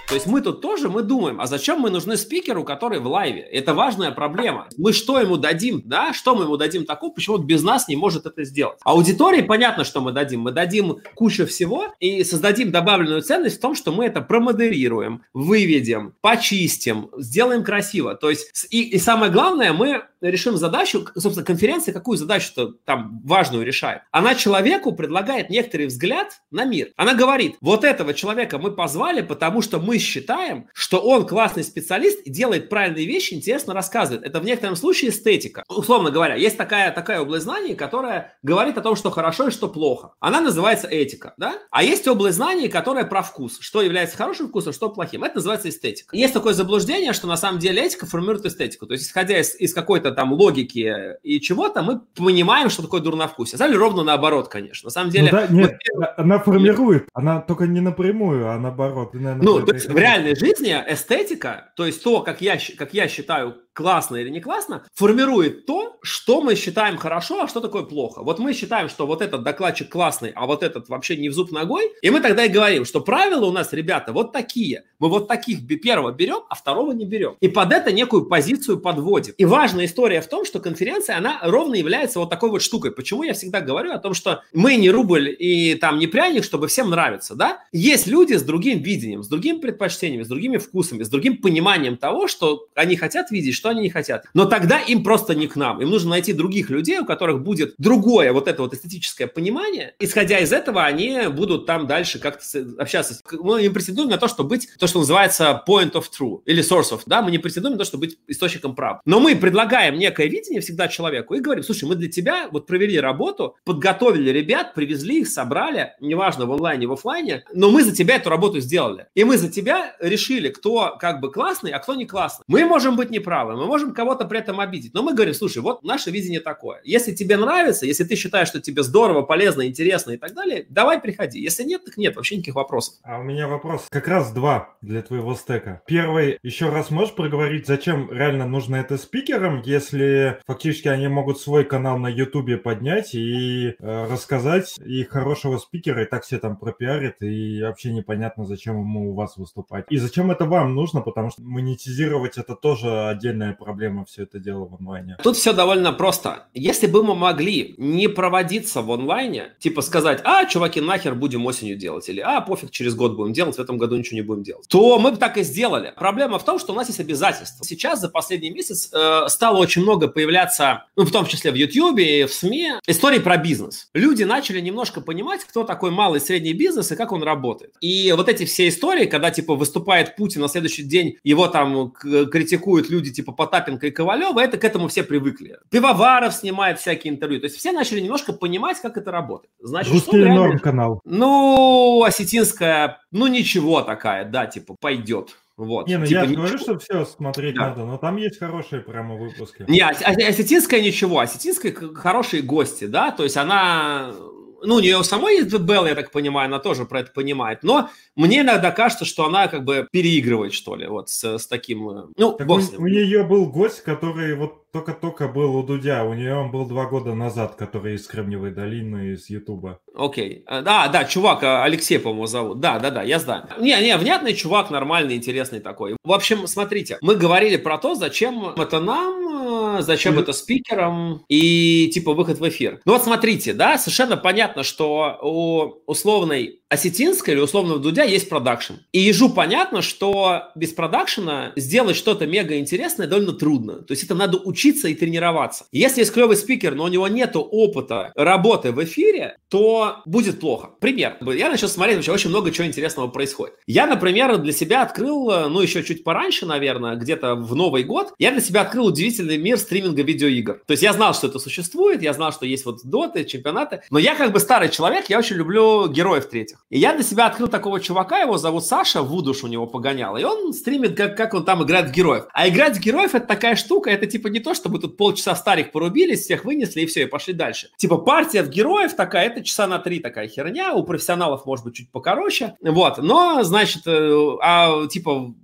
То есть мы тут тоже, мы думаем, а зачем мы нужны спикеру, который в лайве? Это важная проблема. Мы что ему дадим, да? Что мы ему дадим такого, почему он без нас не может это сделать? Аудитории понятно, что мы дадим. Мы дадим кучу всего и создадим добавленную ценность в том, что мы это промодерируем, выведем, почистим, сделаем красиво. То есть и, и самое главное, мы решим задачу, собственно, конференция какую задачу-то там важную решает? Она человеку предлагает некоторый взгляд на мир. Она говорит, вот этого человека мы позвали, потому что мы считаем, что он классный специалист и делает правильные вещи, интересно рассказывает. Это в некотором случае эстетика. Условно говоря, есть такая, такая область знаний, которая говорит о том, что хорошо и что плохо. Она называется этика, да? А есть область знаний, которая про вкус. Что является хорошим вкусом, что плохим. Это называется эстетика. Есть такое заблуждение, что на самом деле этика формирует эстетику. То есть, исходя из, из какой-то там логики и чего-то, мы понимаем, что такое дурновкусие. Знаете, ровно наоборот, конечно. На самом деле... Ну, да, нет, вот, она формирует, она только не напрямую, а наоборот. Наверное, ну, то есть в реальной жизни эстетика, то есть то, как я, как я считаю, классно или не классно, формирует то, что мы считаем хорошо, а что такое плохо. Вот мы считаем, что вот этот докладчик классный, а вот этот вообще не в зуб ногой, и мы тогда и говорим, что правила у нас, ребята, вот такие. Мы вот таких первого берем, а второго не берем. И под это некую позицию подводим. И важная история в том, что конференция, она ровно является вот такой вот штукой. Почему я всегда говорю о том, что мы не рубль и там не пряник, чтобы всем нравиться, да? Есть люди с другим видением, с другими предпочтениями, с другими вкусами, с другим пониманием того, что они хотят видеть, что они не хотят. Но тогда им просто не к нам. Им нужно найти других людей, у которых будет другое вот это вот эстетическое понимание. Исходя из этого, они будут там дальше как-то общаться. Мы не претендуем на то, чтобы быть, то, что называется point of truth или source of, да, мы не претендуем на то, чтобы быть источником прав. Но мы предлагаем некое видение всегда человеку и говорим, слушай, мы для тебя вот провели работу, подготовили ребят, привезли их, собрали, неважно, в онлайне, в офлайне, но мы за тебя эту работу сделали. И мы за тебя решили, кто как бы классный, а кто не классный. Мы можем быть неправы, мы можем кого-то при этом обидеть, но мы говорим, слушай, вот наше видение такое. Если тебе нравится, если ты считаешь, что тебе здорово, полезно, интересно и так далее, давай приходи. Если нет, так нет, вообще никаких вопросов. А у меня вопрос как раз два для твоего стека. Первый, еще раз можешь проговорить, зачем реально нужно это спикерам, если фактически они могут свой канал на Ютубе поднять и э, рассказать, и хорошего спикера, и так все там пропиарят, и вообще непонятно, зачем ему у вас выступать. И зачем это вам нужно, потому что монетизировать это тоже отдельная проблема, все это дело в онлайне. Тут все довольно просто. Если бы мы могли не проводиться в онлайне, типа сказать, а, чуваки, нахер будем осенью делать, или а, пофиг, через год будем делать, в этом году ничего не будем делать, то мы бы так и сделали. Проблема в том, что у нас есть обязательства. Сейчас за последний месяц э, стало очень много появляться, ну, в том числе в Ютьюбе, в СМИ, истории про бизнес. Люди начали немножко понимать, кто такой малый и средний бизнес и как он работает. И вот эти все истории, когда, типа, выступает Путин, на следующий день его там критикуют люди, типа, Потапенко и Ковалева, это к этому все привыкли. Пивоваров снимает всякие интервью. То есть все начали немножко понимать, как это работает. Значит, Русский норм канал. Ну, осетинская, ну, ничего такая, да, типа, пойдет. Вот. Не, ну типа, я ничего. говорю, что все смотреть да. надо, но там есть хорошие прямо выпуски. Не, осетинская ничего, осетинская хорошие гости, да, то есть она... Ну, у нее самой есть Белла, я так понимаю, она тоже про это понимает. Но мне иногда кажется, что она как бы переигрывает, что ли, вот с, с таким... Ну, так бог у, с ним. у нее был гость, который вот только-только был у Дудя. У нее он был два года назад, который из Кремниевой долины, из Ютуба. Окей. Да, да, чувак, Алексей, по-моему, зовут. Да, да, да, я знаю. Не, не, внятный чувак, нормальный, интересный такой. В общем, смотрите, мы говорили про то, зачем это нам, зачем mm-hmm. это спикерам и, типа, выход в эфир. Ну вот смотрите, да, совершенно понятно, что у условной осетинской или условного Дудя есть продакшн. И ежу понятно, что без продакшена сделать что-то мега интересное довольно трудно. То есть это надо учиться и тренироваться. Если есть клевый спикер, но у него нет опыта работы в эфире, то будет плохо. Пример. Я начал смотреть, вообще очень много чего интересного происходит. Я, например, для себя открыл, ну еще чуть пораньше, наверное, где-то в Новый год, я для себя открыл удивительный мир стриминга видеоигр. То есть я знал, что это существует, я знал, что есть вот доты, чемпионаты, но я как бы старый человек, я очень люблю героев третьих. И я для себя открыл такого чувака, его зовут Саша, Вудуш у него погонял, и он стримит, как, как он там играет в героев. А играть в героев — это такая штука, это типа не то, чтобы тут полчаса старых порубились, всех вынесли и все, и пошли дальше. Типа партия в героев такая, это часа на три такая херня, у профессионалов может быть чуть покороче, вот, но, значит, а, типа,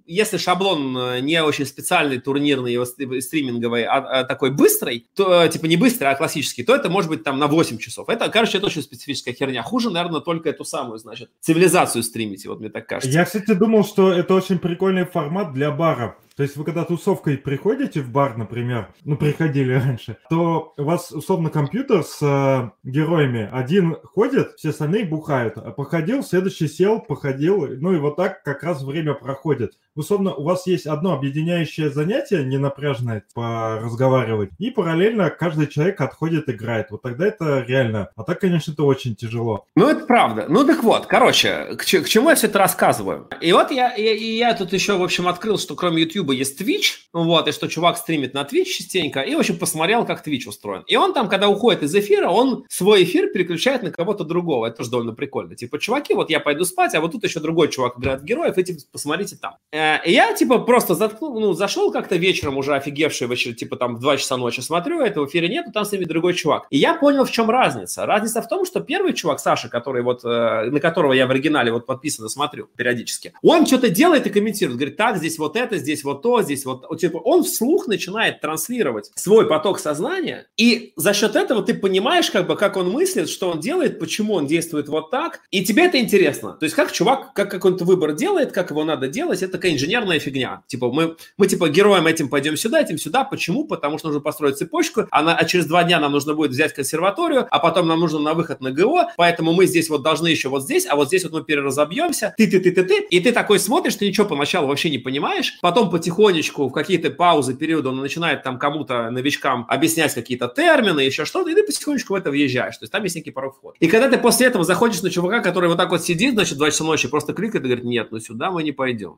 если шаблон не очень специальный, турнирный, стриминговый, а, а такой быстрый, то, типа не быстрый, а классический, то это может быть там на восемь часов. Это, короче, это очень специфическая херня. Хуже, наверное, только эту самую, значит, цивилизацию стримите, вот мне так кажется. Я, кстати, думал, что это очень прикольный формат для бара. То есть вы когда тусовкой приходите в бар, например, ну, приходили раньше, то у вас, условно, компьютер с э, героями. Один ходит, все остальные бухают. А походил, следующий сел, походил. Ну и вот так как раз время проходит. Условно, у вас есть одно объединяющее занятие, ненапряжное, поразговаривать, и параллельно каждый человек отходит, играет. Вот тогда это реально. А так, конечно, это очень тяжело. Ну, это правда. Ну, так вот, короче, к, к чему я все это рассказываю? И вот я, я, я тут еще, в общем, открыл, что кроме YouTube есть Twitch, вот, и что чувак стримит на Twitch частенько, и, в общем, посмотрел, как Twitch устроен. И он там, когда уходит из эфира, он свой эфир переключает на кого-то другого. Это тоже довольно прикольно. Типа, чуваки, вот я пойду спать, а вот тут еще другой чувак играет в героев, и типа, посмотрите там. И я, типа, просто заткнул, ну, зашел как-то вечером уже офигевший, вечер, типа, там, в два часа ночи смотрю, этого эфира нету, там с ними другой чувак. И я понял, в чем разница. Разница в том, что первый чувак, Саша, который вот, на которого я в оригинале вот подписано смотрю периодически, он что-то делает и комментирует, говорит, так, здесь вот это, здесь вот то, здесь вот, типа, он вслух начинает транслировать свой поток сознания, и за счет этого ты понимаешь, как бы, как он мыслит, что он делает, почему он действует вот так, и тебе это интересно. То есть, как чувак, как какой-то выбор делает, как его надо делать, это такая инженерная фигня. Типа, мы, мы типа, героям этим пойдем сюда, этим сюда. Почему? Потому что нужно построить цепочку, а, на, а через два дня нам нужно будет взять консерваторию, а потом нам нужно на выход на ГО, поэтому мы здесь вот должны еще вот здесь, а вот здесь вот мы переразобьемся, ты-ты-ты-ты-ты, и ты такой смотришь, ты ничего поначалу вообще не понимаешь, потом потихонечку в какие-то паузы, периоды он начинает там кому-то, новичкам, объяснять какие-то термины, еще что-то, и ты потихонечку в это въезжаешь, то есть там есть некий порог входа. И когда ты после этого заходишь на чувака, который вот так вот сидит, значит, два часа ночи, просто кликает и говорит, нет, ну сюда мы не пойдем.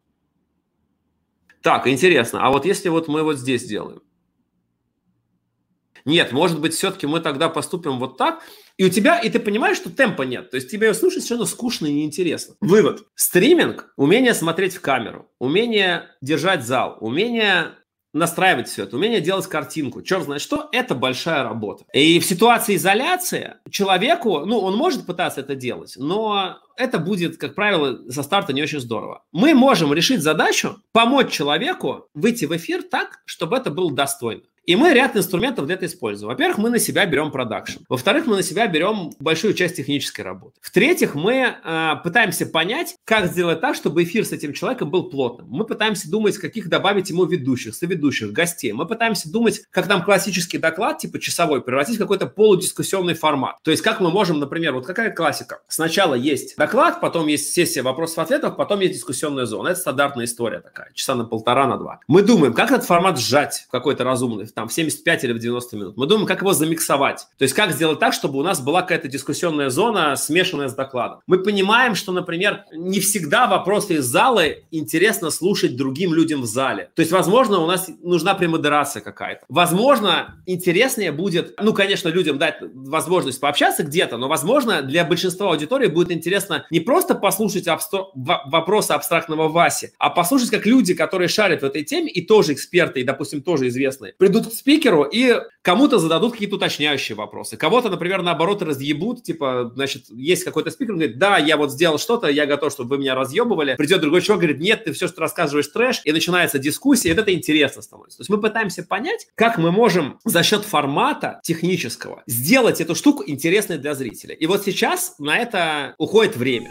Так, интересно, а вот если вот мы вот здесь делаем? Нет, может быть, все-таки мы тогда поступим вот так, и у тебя, и ты понимаешь, что темпа нет, то есть тебе ее слушать совершенно скучно и неинтересно. Вывод. Стриминг, умение смотреть в камеру, умение держать зал, умение настраивать все это, умение делать картинку, черт знает что, это большая работа. И в ситуации изоляции человеку, ну, он может пытаться это делать, но это будет, как правило, со старта не очень здорово. Мы можем решить задачу, помочь человеку выйти в эфир так, чтобы это было достойно. И мы ряд инструментов для этого используем. Во-первых, мы на себя берем продакшн. Во-вторых, мы на себя берем большую часть технической работы. В-третьих, мы э, пытаемся понять, как сделать так, чтобы эфир с этим человеком был плотным. Мы пытаемся думать, каких добавить ему ведущих, соведущих, гостей. Мы пытаемся думать, как нам классический доклад, типа часовой, превратить в какой-то полудискуссионный формат. То есть, как мы можем, например, вот какая классика? Сначала есть доклад, потом есть сессия вопросов-ответов, потом есть дискуссионная зона. Это стандартная история такая, часа на полтора, на два. Мы думаем, как этот формат сжать в какой-то разумный, там, в семьдесят пять или в девяносто минут. Мы думаем, как его замиксовать. То есть, как сделать так, чтобы у нас была какая-то дискуссионная зона, смешанная с докладом. Мы понимаем, что, например, не всегда вопросы из зала интересно слушать другим людям в зале. То есть, возможно, у нас нужна премодерация какая-то. Возможно, интереснее будет, ну, конечно, людям дать возможность пообщаться где-то, но, возможно, для большинства аудитории будет интересно не просто послушать абстр... вопросы абстрактного Васи, а послушать, как люди, которые шарят в этой теме и тоже эксперты, и, допустим, тоже известные, придут к спикеру и кому-то зададут какие-то уточняющие вопросы. Кого-то, например, наоборот, разъебут, типа, значит, есть какой-то спикер, он говорит, да, я вот сделал что-то, я готов, чтобы вы меня разъебывали. Придет другой человек, говорит, нет, ты все, что рассказываешь, трэш, и начинается дискуссия, и вот это интересно становится. То есть мы пытаемся понять, как мы можем за счет формата технического сделать эту штуку интересной для зрителя. И вот сейчас на это уходит время.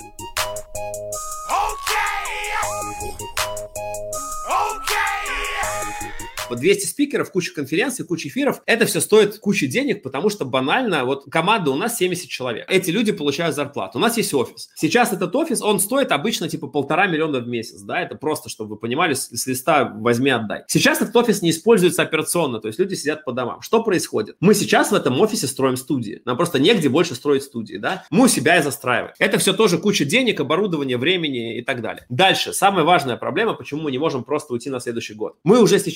двести спикеров, куча конференций, куча эфиров. Это все стоит кучу денег, потому что банально, вот команда у нас семьдесят человек. Эти люди получают зарплату. У нас есть офис. Сейчас этот офис, он стоит обычно типа полтора миллиона в месяц, да, это просто, чтобы вы понимали, с, с листа возьми, отдай. Сейчас этот офис не используется операционно, то есть люди сидят по домам. Что происходит? Мы сейчас в этом офисе строим студии. Нам просто негде больше строить студии, да. Мы у себя и застраиваем. Это все тоже куча денег, оборудования, времени и так далее. Дальше, самая важная проблема, почему мы не можем просто уйти на следующий год. Мы уже сейчас, нам уже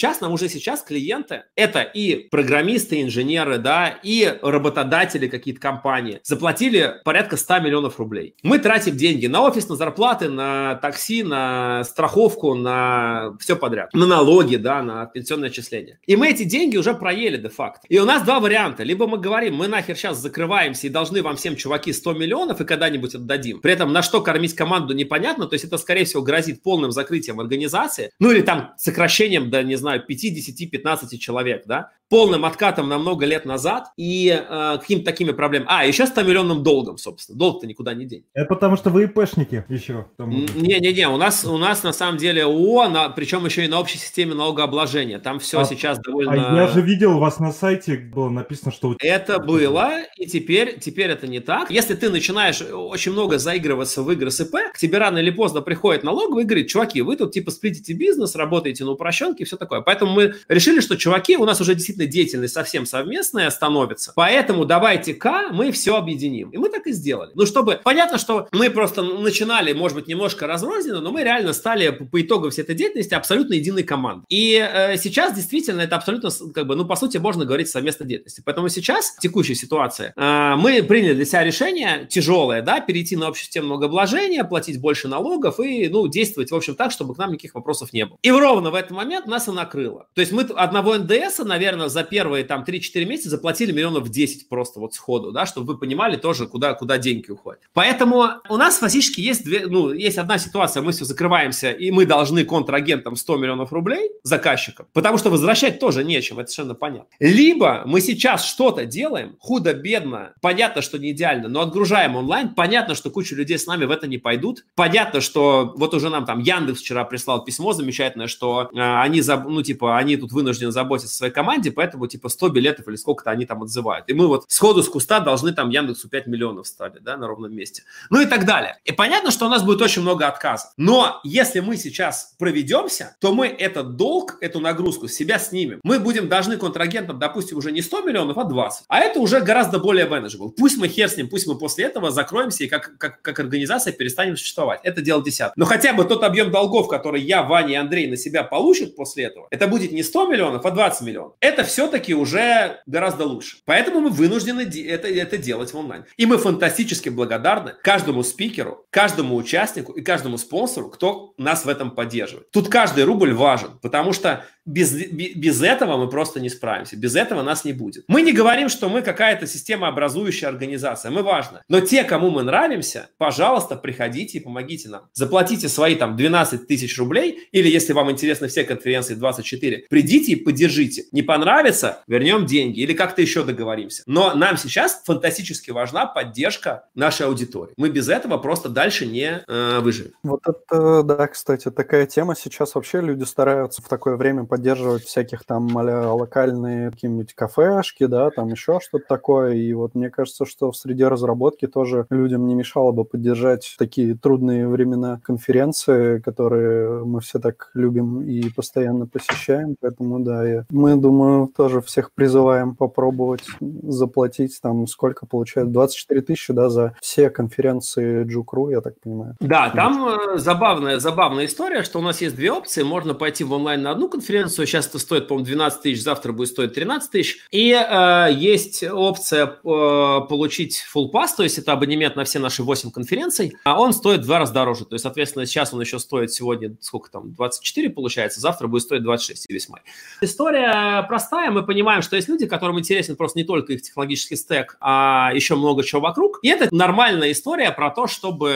уже сейчас клиенты, это и программисты, и инженеры, да, и работодатели какие-то компании, заплатили порядка ста миллионов рублей. Мы тратим деньги на офис, на зарплаты, на такси, на страховку, на все подряд, на налоги, да, на пенсионное отчисление. И мы эти деньги уже проели де-факто. И у нас два варианта. Либо мы говорим, мы нахер сейчас закрываемся и должны вам всем, чуваки, сто миллионов и когда-нибудь отдадим. При этом на что кормить команду непонятно, то есть это, скорее всего, грозит полным закрытием организации, ну или там сокращением до, не знаю, пяти-десяти-пятнадцати человек, да, полным откатом на много лет назад и э, какими-то такими проблемами. А, еще ста-миллионным долгом, собственно. Долг-то никуда не денет. Это потому что вы ИПшники еще. Не-не-не, у нас, у нас на самом деле ООО, на, причем еще и на общей системе налогообложения. Там все а, сейчас довольно... А я же видел, у вас на сайте было написано, что... Это было, и теперь, теперь это не так. Если ты начинаешь очень много заигрываться в игры с ИП, к тебе рано или поздно приходит налоговый и говорит, чуваки, вы тут типа сплитите бизнес, работаете на упрощенке и все такое. Поэтому мы решили, что, чуваки, у нас уже действительно деятельность совсем совместная становится, поэтому давайте-ка мы все объединим. И мы так и сделали. Ну, чтобы... Понятно, что мы просто начинали, может быть, немножко разрозненно, но мы реально стали по, по итогам всей этой деятельности абсолютно единой командой. И э, сейчас действительно это абсолютно, как бы, ну, по сути, можно говорить о совместной деятельности. Поэтому сейчас, в текущей ситуации, э, мы приняли для себя решение тяжелое, да, перейти на общую систему налогообложения, платить больше налогов и, ну, действовать, в общем, так, чтобы к нам никаких вопросов не было. И ровно в этот момент нас и накрыло. То есть мы одного эн дэ эса, наверное, за первые там три-четыре месяца заплатили миллионов десять просто вот сходу, да, чтобы вы понимали тоже, куда, куда деньги уходят. Поэтому у нас фактически есть две, ну, есть одна ситуация, мы все закрываемся, и мы должны контрагентам сто миллионов рублей заказчикам, потому что возвращать тоже нечем, это совершенно понятно. Либо мы сейчас что-то делаем, худо-бедно, понятно, что не идеально, но отгружаем онлайн, понятно, что куча людей с нами в это не пойдут, понятно, что вот уже нам там Яндекс вчера прислал письмо замечательное, что э, они, ну, типа, они тут вынуждены заботиться о своей команде, поэтому, типа, сто билетов или сколько-то они там отзывают. И мы вот сходу с куста должны там Яндексу пять миллионов стали, да, на ровном месте. Ну и так далее. И понятно, что у нас будет очень много отказов. Но если мы сейчас проведемся, то мы этот долг, эту нагрузку с себя снимем. Мы будем должны контрагентам, допустим, уже не сто миллионов, а двадцать. А это уже гораздо более manageable. Пусть мы хер с ним, пусть мы после этого закроемся и как, как, как организация перестанем существовать. Это дело десятое. Но хотя бы тот объем долгов, который я, Ваня и Андрей на себя получат после этого, это будет не сто миллионов, а двадцать миллионов. Это все-таки уже гораздо лучше. Поэтому мы вынуждены это, это делать в онлайн. И мы фантастически благодарны каждому спикеру, каждому участнику и каждому спонсору, кто нас в этом поддерживает. Тут каждый рубль важен, потому что без, без этого мы просто не справимся. Без этого нас не будет. Мы не говорим, что мы какая-то системообразующая организация. Мы важно. Но те, кому мы нравимся, пожалуйста, приходите и помогите нам. Заплатите свои там двенадцать тысяч рублей, или если вам интересны все конференции двадцать четыре, придите и поддержите. Не понравится, вернем деньги или как-то еще договоримся. Но нам сейчас фантастически важна поддержка нашей аудитории. Мы без этого просто дальше не э, выживем. Вот это, да, кстати, такая тема. Сейчас вообще люди стараются в такое время поддерживать всяких там а-ля локальные какие-нибудь кафешки, да, там еще что-то такое. И вот мне кажется, что в среде разработки тоже людям не мешало бы поддержать такие трудные времена конференции, которые мы все так любим и постоянно посещаем. Поэтому, да, я, мы, думаю, тоже всех призываем попробовать заплатить там сколько получается, двадцать четыре тысячи, да, за все конференции Джукру, я так понимаю. Да, там э, забавная, забавная история, что у нас есть две опции. Можно пойти в онлайн на одну конференцию, сейчас это стоит, по-моему, двенадцать тысяч, завтра будет стоить тринадцать тысяч. И э, есть опция э, получить full pass, то есть это абонемент на все наши восемь конференций, а он стоит в два раза дороже. То есть, соответственно, сейчас он еще стоит сегодня, сколько там, двадцать четыре получается, завтра будет стоить двадцать шесть и весь май. История простая, мы понимаем, что есть люди, которым интересен просто не только их технологический стек, а еще много чего вокруг. И это нормальная история про то, чтобы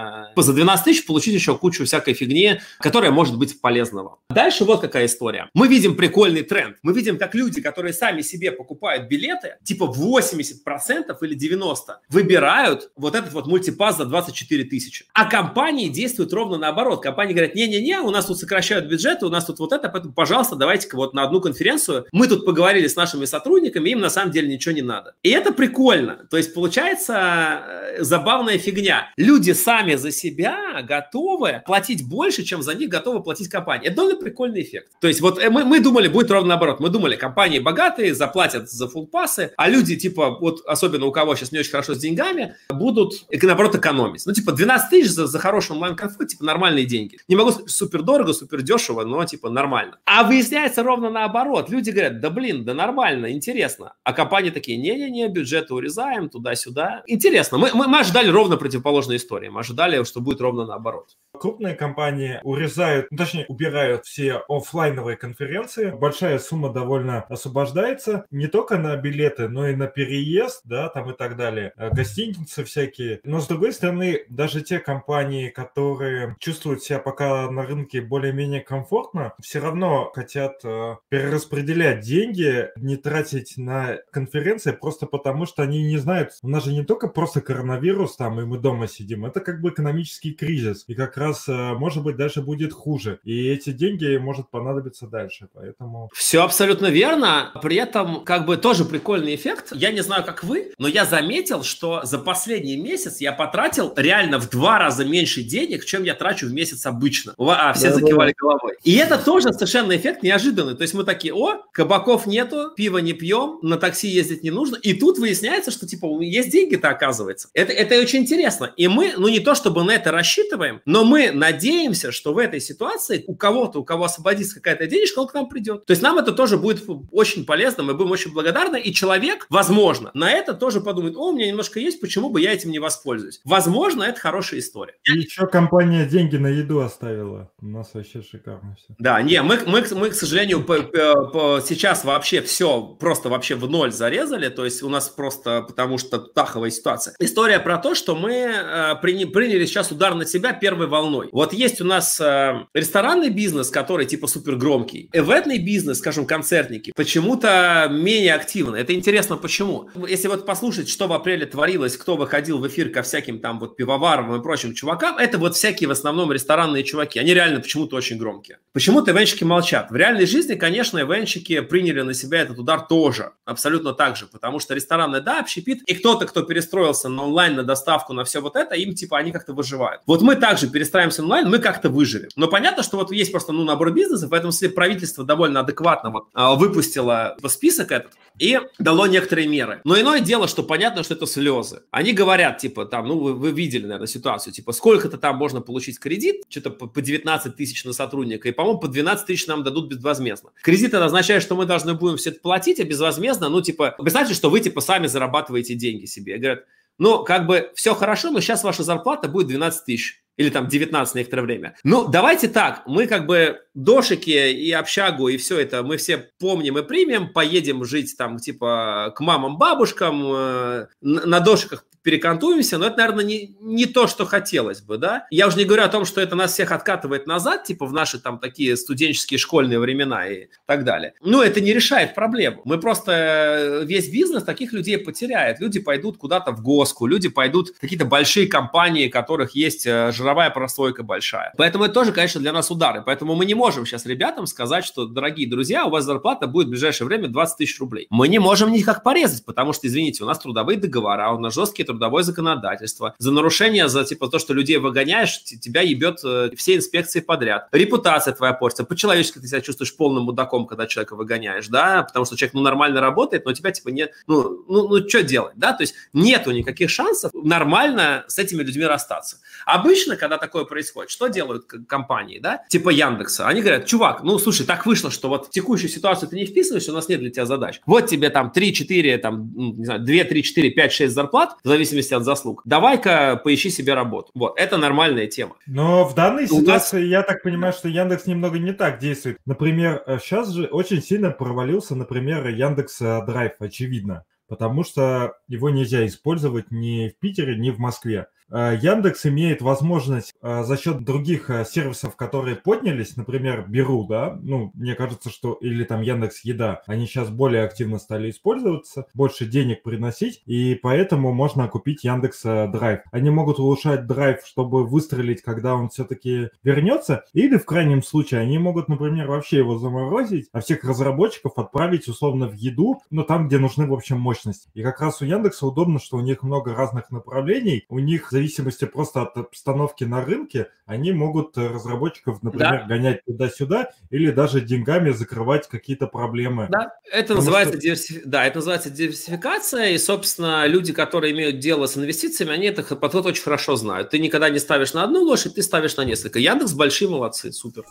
за двенадцать тысяч получить еще кучу всякой фигни, которая может быть полезного. Дальше вот какая история. Мы видим прикольный тренд. Мы видим, как люди, которые сами себе покупают билеты, типа восемьдесят процентов или девяносто процентов выбирают вот этот вот мультипасс за двадцать четыре тысячи. А компании действуют ровно наоборот. Компании говорят, не-не-не, у нас тут сокращают бюджеты, у нас тут вот это, поэтому, пожалуйста, давайте-ка вот на одну конференцию. Мы тут поговорили с нашими сотрудниками, им на самом деле ничего не надо. И это прикольно. То есть получается забавная фигня. Люди сами за себя готовы платить больше, чем за них готовы платить компания. Это довольно прикольный эффект. То есть есть вот мы, мы думали, будет ровно наоборот. Мы думали, компании богатые заплатят за фулл-пассы, а люди, типа, вот особенно у кого сейчас не очень хорошо с деньгами, будут, наоборот, экономить. Ну, типа, двенадцать тысяч за, за хороший онлайн-конфу, типа, нормальные деньги. Не могу сказать, супер дорого, супер дешево, но, типа, нормально. А выясняется ровно наоборот. Люди говорят, да блин, да нормально, интересно. А компании такие, не-не-не, бюджеты урезаем, туда-сюда. Интересно. Мы, мы, мы ожидали ровно противоположной истории. Мы ожидали, что будет ровно наоборот. Крупные компании урезают, ну, точнее, убирают все офлайновые конференции. Большая сумма довольно освобождается не только на билеты, но и на переезд, да, там и так далее. Гостиницы всякие. Но, с другой стороны, даже те компании, которые чувствуют себя пока на рынке более-менее комфортно, все равно хотят э, перераспределять деньги, не тратить на конференции, просто потому что они не знают, у нас же не только просто коронавирус там, и мы дома сидим, это как бы экономический кризис. И как раз, э, может быть, даже будет хуже. И эти деньги может понадобиться дальше, поэтому... Все абсолютно верно. При этом, как бы, тоже прикольный эффект. Я не знаю, как вы, но я заметил, что за последний месяц я потратил реально в два раза меньше денег, чем я трачу в месяц обычно. А все да, закивали да. головой. И это тоже совершенно эффект неожиданный. То есть мы такие, о, кабаков нету, пива не пьем, на такси ездить не нужно. И тут выясняется, что, типа, есть деньги-то, оказывается. Это, это очень интересно. И мы, ну, не то чтобы на это рассчитываем, но мы надеемся, что в этой ситуации у кого-то, у кого освободится какая-то денежка, он к нам придет. То есть нам это тоже будет очень полезно, мы будем очень благодарны. И человек, возможно, на это тоже подумает, о, у меня немножко есть, почему бы я этим не воспользуюсь. Возможно, это хорошая история. И еще компания деньги на еду оставила. У нас вообще шикарно все. Да, не, мы, мы, мы к сожалению, по, по, по, сейчас вообще все просто вообще в ноль зарезали, то есть у нас просто, потому что таховая ситуация. История про то, что мы э, приня, приняли сейчас удар на себя первой волной. Вот есть у нас э, ресторанный бизнес, который типа супер громкий. Эвентный бизнес, скажем, концертники, почему-то менее активно. Это интересно, почему? Если вот послушать, что в апреле творилось, кто выходил в эфир ко всяким там вот пивоварам и прочим чувакам, это вот всякие в основном ресторанные чуваки. Они реально почему-то очень громкие. Почему-то ивенщики молчат. В реальной жизни, конечно, ивенщики приняли на себя этот удар тоже. Абсолютно так же. Потому что рестораны, да, общепит. И кто-то, кто перестроился на онлайн, на доставку, на все вот это, им типа они как-то выживают. Вот мы также перестраиваемся онлайн, мы как-то выживем. Но понятно, что вот есть просто ну, набор бизнесов, в этом смысле правительство довольно адекватно вот, выпустило список этот и дало некоторые меры. Но иное дело, что понятно, что это слезы. Они говорят, типа, там, ну, вы, вы видели, наверное, ситуацию, типа, сколько-то там можно получить кредит, что-то по девятнадцать тысяч на сотрудника, и, по-моему, по двенадцать тысяч нам дадут безвозмездно. Кредит это означает, что мы должны будем все это платить, а безвозмездно, ну, типа, представьте, что вы, типа, сами зарабатываете деньги себе. И говорят, ну, как бы, все хорошо, но сейчас ваша зарплата будет двенадцать тысяч. Или там девятнадцать на некоторое время. Ну, давайте так, мы как бы дошики и общагу, и все это мы все помним и примем, поедем жить там типа к мамам, бабушкам, э, на дошиках перекантуемся, но это, наверное, не, не то, что хотелось бы, да. Я уже не говорю о том, что это нас всех откатывает назад, типа в наши там такие студенческие школьные времена и так далее. Но это не решает проблему. Мы просто весь бизнес таких людей потеряет. Люди пойдут куда-то в госку, люди пойдут в какие-то большие компании, у которых есть жировая прослойка большая. Поэтому это тоже, конечно, для нас удары. Поэтому мы не можем сейчас ребятам сказать, что, дорогие друзья, у вас зарплата будет в ближайшее время двадцать тысяч рублей. Мы не можем никак порезать, потому что, извините, у нас трудовые договора, у нас жесткие трудовое законодательство. За нарушение, за типа то, что людей выгоняешь, тебя ебет э, все инспекции подряд. Репутация твоя портится. По-человечески ты себя чувствуешь полным мудаком, когда человека выгоняешь, да, потому что человек, ну, нормально работает, но тебя, типа, не, ну, ну, ну, что делать, да, то есть нету никаких шансов нормально с этими людьми расстаться. Обычно, когда такое происходит, что делают компании, да, типа Яндекса? Они говорят, чувак, ну, слушай, так вышло, что вот в текущую ситуацию ты не вписываешься, у нас нет для тебя задач. Вот тебе там три-четыре, там, не знаю, два, три, четыре, пять, шесть зарплат, в зависимости от заслуг. Давай-ка поищи себе работу. Вот, это нормальная тема. Но в данной У ситуации, нас... я так понимаю, что Яндекс немного не так действует. Например, сейчас же очень сильно провалился, например, Яндекс Драйв, очевидно, потому что его нельзя использовать ни в Питере, ни в Москве. Яндекс имеет возможность за счет других сервисов, которые поднялись, например, Беру, да, ну, мне кажется, что, или там Яндекс Еда, они сейчас более активно стали использоваться, больше денег приносить, и поэтому можно купить Яндекс Драйв. Они могут улучшать драйв, чтобы выстрелить, когда он все-таки вернется, или в крайнем случае они могут, например, вообще его заморозить, а всех разработчиков отправить условно в еду, но там, где нужны, в общем, мощности. И как раз у Яндекса удобно, что у них много разных направлений, у них в зависимости просто от обстановки на рынке, они могут разработчиков, например, да. гонять туда-сюда или даже деньгами закрывать какие-то проблемы. Да, это называется, что... диверсиф... да, это называется диверсификация, и, собственно, люди, которые имеют дело с инвестициями, они это подход очень хорошо знают. Ты никогда не ставишь на одну лошадь, ты ставишь на несколько. Яндекс большие молодцы, супер.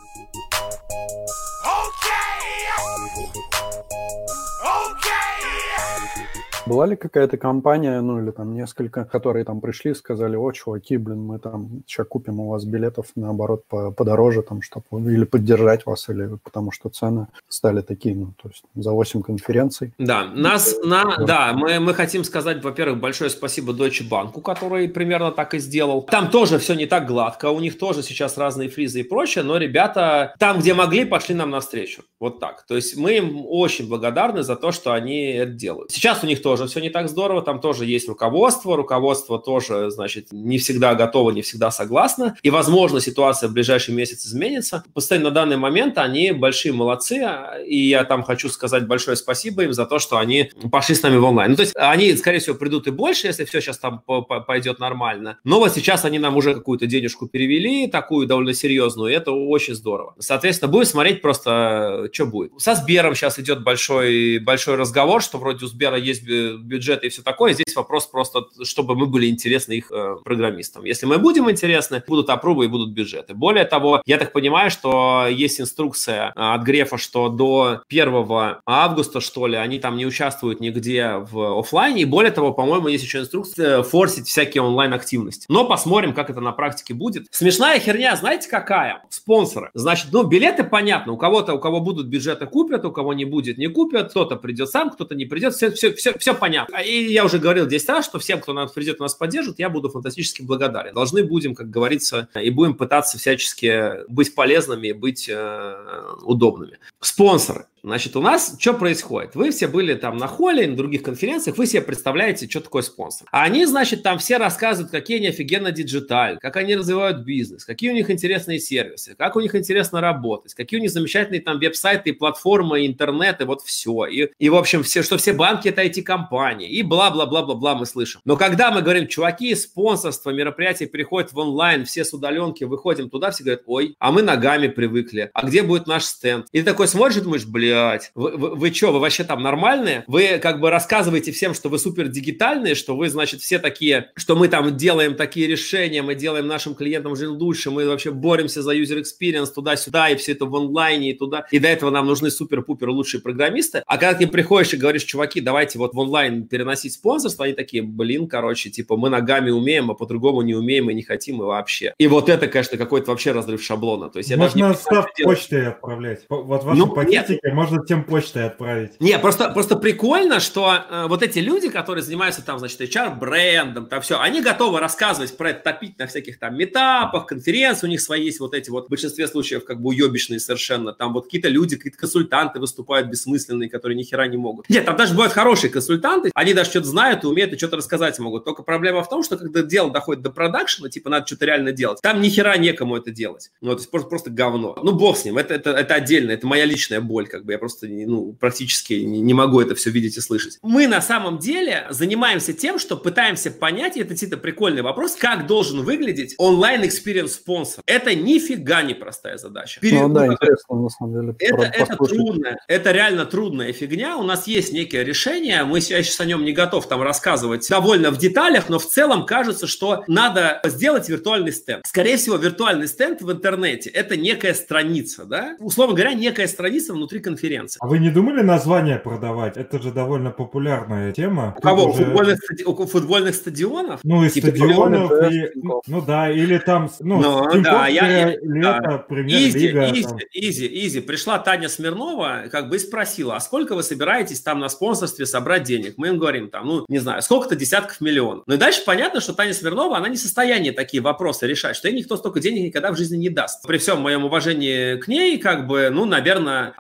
Была ли какая-то компания, ну или там несколько, которые там пришли и сказали: о, чуваки, блин, мы там сейчас купим у вас билетов, наоборот, подороже, там, чтобы или поддержать вас, или потому что цены стали такие, ну, то есть за восемь конференций. Да, нас, на, да, мы, мы хотим сказать, во-первых, большое спасибо Deutsche Bank, который примерно так и сделал. Там тоже все не так гладко, у них тоже сейчас разные фризы и прочее, но ребята там, где могли, пошли нам навстречу. Вот так. То есть мы им очень благодарны за то, что они это делают. Сейчас у них тоже все не так здорово, там тоже есть руководство, руководство тоже, значит, не всегда готово, не всегда согласно, и, возможно, ситуация в ближайший месяц изменится. Просто на данный момент они большие молодцы, и я там хочу сказать большое спасибо им за то, что они пошли с нами в онлайн. Ну, то есть они, скорее всего, придут и больше, если все сейчас там пойдет нормально, но вот сейчас они нам уже какую-то денежку перевели, такую довольно серьезную, и это очень здорово. Соответственно, будем смотреть просто, что будет. Со Сбером сейчас идет большой, большой разговор, что вроде у Сбера есть бюджет и все такое. Здесь вопрос просто, чтобы мы были интересны их э, программистам. Если мы будем интересны, будут апрувы и будут бюджеты. Более того, я так понимаю, что есть инструкция от Грефа, что до первого августа, что ли, они там не участвуют нигде в офлайне. И более того, по-моему, есть еще инструкция форсить всякие онлайн-активности. Но посмотрим, как это на практике будет. Смешная херня, знаете, какая? Спонсоры. Значит, ну, билеты понятно. У кого-то, у кого будут бюджеты, купят, у кого не будет, не купят. Кто-то придет сам, кто-то не придет. Все, все, все, все понятно. И я уже говорил десять раз, что всем, кто нас придет, нас поддержит, я буду фантастически благодарен. Должны будем, как говорится, и будем пытаться всячески быть полезными, быть э, удобными. Спонсоры. Значит, у нас что происходит? Вы все были там на холле, на других конференциях, вы себе представляете, что такое спонсор. А они, значит, там все рассказывают, какие они офигенно диджиталь, как они развивают бизнес, какие у них интересные сервисы, как у них интересно работать, какие у них замечательные там веб-сайты, платформы, интернет, и вот все. И, и в общем, все, что все банки – это ай ти-компании, и бла-бла-бла-бла-бла мы слышим. Но когда мы говорим: чуваки, спонсорство, мероприятие переходит в онлайн, все с удаленки, выходим туда, все говорят: ой, а мы ногами привыкли, а где будет наш стенд? И ты такой смотришь, думаешь: блин, Вы, вы, вы что, вы вообще там нормальные? Вы как бы рассказываете всем, что вы супер дигитальные, что вы, значит, все такие, что мы там делаем такие решения, мы делаем нашим клиентам жизнь лучше, мы вообще боремся за user experience туда-сюда, и все это в онлайне, и туда. И до этого нам нужны супер-пупер лучшие программисты. А когда ты приходишь и говоришь: чуваки, давайте вот в онлайн переносить спонсорство, они такие: блин, короче, типа мы ногами умеем, а по-другому не умеем и не хотим, и вообще. И вот это, конечно, какой-то вообще разрыв шаблона. То есть я можно даже не став почтой отправлять. Вот ваши ну, пакетики нет. можно тем почтой отправить. Не, просто, просто прикольно, что э, вот эти люди, которые занимаются там, значит, эйч ар-брендом, там все, они готовы рассказывать про это, топить на всяких там метапах, конференциях, у них свои есть вот эти вот, в большинстве случаев, как бы уебищные совершенно, там вот какие-то люди, какие-то консультанты выступают бессмысленные, которые ни хера не могут. Нет, там даже бывают хорошие консультанты, они даже что-то знают и умеют, и что-то рассказать могут. Только проблема в том, что когда дело доходит до продакшена, типа надо что-то реально делать, там ни хера некому это делать. Ну, то есть просто, просто говно. Ну, бог с ним, это, это, это отдельно, это моя личная боль, как бы, я просто, ну, практически не, не могу это все видеть и слышать. Мы на самом деле занимаемся тем, что пытаемся понять, и это действительно прикольный вопрос, как должен выглядеть онлайн-экспириенс спонсор. Это нифига не простая задача. Перед... Ну, да, интересно, на самом деле. Это, это трудно, это реально трудная фигня. У нас есть некие решения, мы, я сейчас о нем не готов там рассказывать довольно в деталях, но в целом кажется, что надо сделать виртуальный стенд. Скорее всего, виртуальный стенд в интернете – это некая страница, да? Условно говоря, некая страница внутри конференции. А вы не думали название продавать? Это же довольно популярная тема. У кого? Уже... Футбольных, стади... У футбольных стадионов? Ну, и типа стадионов, и... ну да, или там, ну, ну да, я, лето, да. премьер-лига. Изи, изи, изи. Пришла Таня Смирнова, как бы и спросила: а сколько вы собираетесь там на спонсорстве собрать денег? Мы им говорим, там, ну, не знаю, сколько-то десятков миллионов. Ну и дальше понятно, что Таня Смирнова, она не в состоянии такие вопросы решать, что ей никто столько денег никогда в жизни не даст. При всем моем уважении к ней, как бы, ну, наверное, она не тот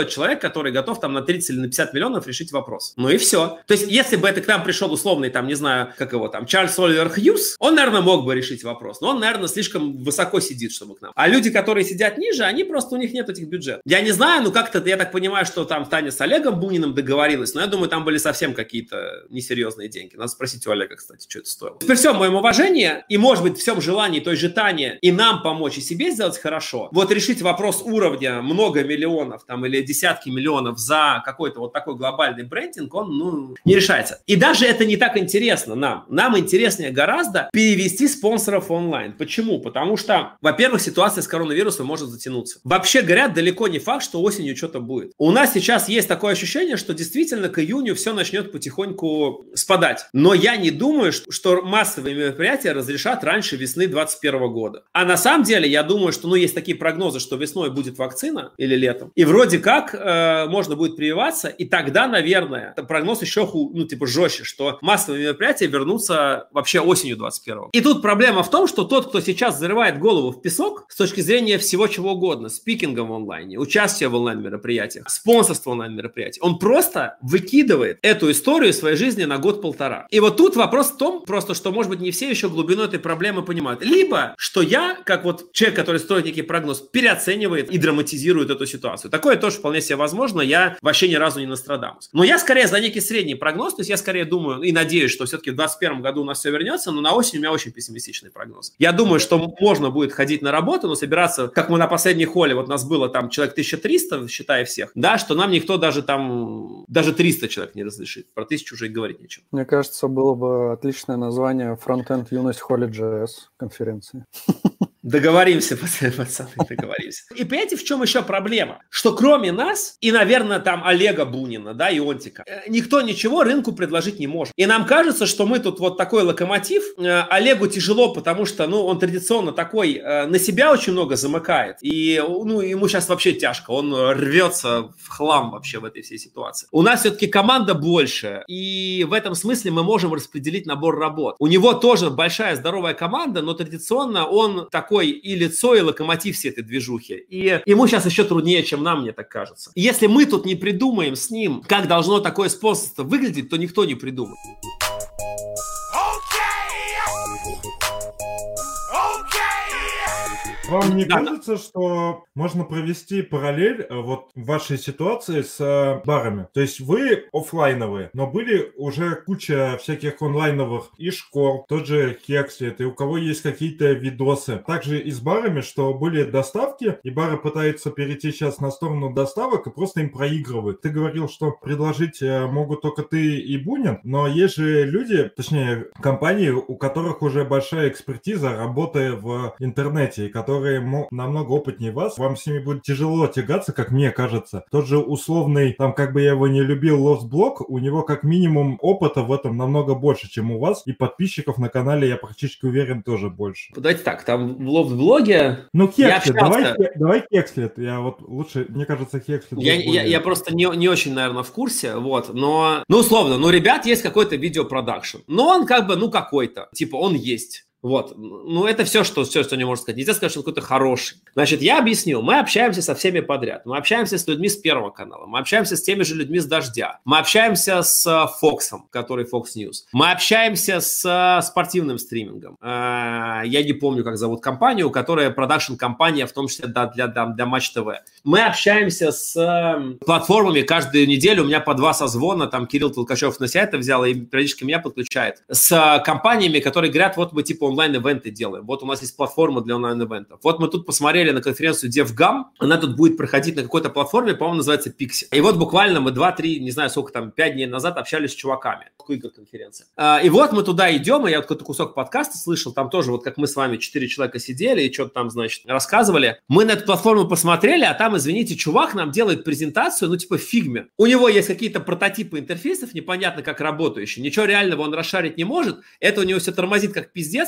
приходит человек, который готов там на тридцать или на пятьдесят миллионов решить вопрос. Ну и все. То есть, если бы это к нам пришел условный, там, не знаю, как его там, Чарльз Оливер Хьюз, он, наверное, мог бы решить вопрос. Но он, наверное, слишком высоко сидит, чтобы к нам. А люди, которые сидят ниже, они просто, у них нет этих бюджетов. Я не знаю, ну как-то, я так понимаю, что там Таня с Олегом Буниным договорилась, но я думаю, там были совсем какие-то несерьезные деньги. Надо спросить у Олега, кстати, что это стоило. При всем моем уважении и, может быть, всем желании той же Тане и нам помочь, и себе сделать хорошо, вот решить вопрос уровня много миллионов там или десятки миллионов за какой-то вот такой глобальный брендинг, он, ну, не решается. И даже это не так интересно нам. Нам интереснее гораздо перевести спонсоров онлайн. Почему? Потому что, во-первых, ситуация с коронавирусом может затянуться. Вообще говоря, далеко не факт, что осенью что-то будет. У нас сейчас есть такое ощущение, что действительно к июню все начнет потихоньку спадать. Но я не думаю, что массовые мероприятия разрешат раньше весны двадцать первого года. А на самом деле, я думаю, что, ну, есть такие прогнозы, что весной будет вакцина или летом. И вроде как э, можно будет прививаться, и тогда, наверное, прогноз еще, ху, ну, типа, жестче, что массовые мероприятия вернутся вообще осенью двадцать первого. И тут проблема в том, что тот, кто сейчас зарывает голову в песок с точки зрения всего чего угодно, спикинга в онлайне, участия в онлайн-мероприятиях, спонсорства в онлайн-мероприятий, он просто выкидывает эту историю своей жизни на год-полтора. И вот тут вопрос в том, просто, что, может быть, не все еще глубину этой проблемы понимают. Либо, что я, как вот человек, который строит некий прогноз, переоценивает и драматизирует эту ситуацию. Такое тоже вполне себе возможно. Я вообще ни разу не Нострадамус. Но я скорее за некий средний прогноз, то есть я скорее думаю и надеюсь, что все-таки в двадцать первом году у нас все вернется, но на осень у меня очень пессимистичный прогноз. Я думаю, что можно будет ходить на работу, но собираться, как мы на последней холле, вот нас было там человек тысяча триста, считая всех, да, что нам никто даже там, даже триста человек не разрешит. Про тысячу уже и говорить нечего. Мне кажется, было бы отличное название Frontend Юность Холли джей эс конференции. Договоримся, пацаны, договоримся. И понимаете, в чем еще проблема? Что кроме нас и, наверное, там Олега Бунина, да, и Онтика, никто ничего рынку предложить не может. И нам кажется, что мы тут вот такой локомотив. Олегу тяжело, потому что, ну, он традиционно такой, на себя очень много замыкает. И, ну, ему сейчас вообще тяжко. Он рвется в хлам вообще в этой всей ситуации. У нас все-таки команда больше. И в этом смысле мы можем распределить набор работ. У него тоже большая здоровая команда, но традиционно он такой и лицо, и локомотив всей этой движухи. И ему сейчас еще труднее, чем нам, мне так кажется. И если мы тут не придумаем с ним, как должно такое спонсорство выглядеть, то никто не придумает. Вам не да, кажется, да. что можно провести параллель вот в вашей ситуации с барами? То есть вы офлайновые, но были уже куча всяких онлайновых и школ, тот же Хекслет, и у кого есть какие-то видосы. Также и с барами, что были доставки, и бары пытаются перейти сейчас на сторону доставок и просто им проигрывают. Ты говорил, что предложить могут только ты и Бунин, но есть же люди, точнее компании, у которых уже большая экспертиза, работая в интернете, и которые намного опытнее вас, вам с ними будет тяжело тягаться, как мне кажется. Тот же условный, там, как бы я его не любил, Loftblog, у него как минимум опыта в этом намного больше, чем у вас, и подписчиков на канале, я практически уверен, тоже больше. Давайте так, там в Loftblog... Ну, Хекслет, давай, давай Хекслет, я вот лучше, мне кажется, Хекслет... Я, я, я просто не, не очень, наверное, в курсе, вот, но, ну, условно, ну, ребят, есть какой-то видеопродакшн, но он как бы, ну, какой-то, типа, он есть. Вот, ну это все, что, все, что не можно сказать. Нельзя сказать, что он какой-то хороший. Значит, я объяснил, мы общаемся со всеми подряд. Мы общаемся с людьми с Первого канала, мы общаемся с теми же людьми с Дождя, мы общаемся с Фоксом, который Fox News, мы общаемся с спортивным стримингом. Я не помню, как зовут компанию, которая продакшн-компания, в том числе для, для, для Матч ТВ. Мы общаемся с платформами каждую неделю, у меня по два созвона, там Кирилл Толкачев на себя это взял и периодически меня подключает, с компаниями, которые говорят, вот мы типа онлайн-ивенты делаем. Вот у нас есть платформа для онлайн-ивентов. Вот мы тут посмотрели на конференцию DevGam. Она тут будет проходить на какой-то платформе, по-моему, называется Pixie. И вот буквально мы два-три, не знаю, сколько там, пять дней назад общались с чуваками. Игр-конференция. И вот мы туда идем, и я вот какой-то кусок подкаста слышал, там тоже вот как мы с вами четыре человека сидели и что-то там, значит, рассказывали. Мы на эту платформу посмотрели, а там, извините, чувак нам делает презентацию, ну, типа в фигме. У него есть какие-то прототипы интерфейсов, непонятно как работающие. Ничего реального он расшарить не может. Это у него все тормозит как пиздец.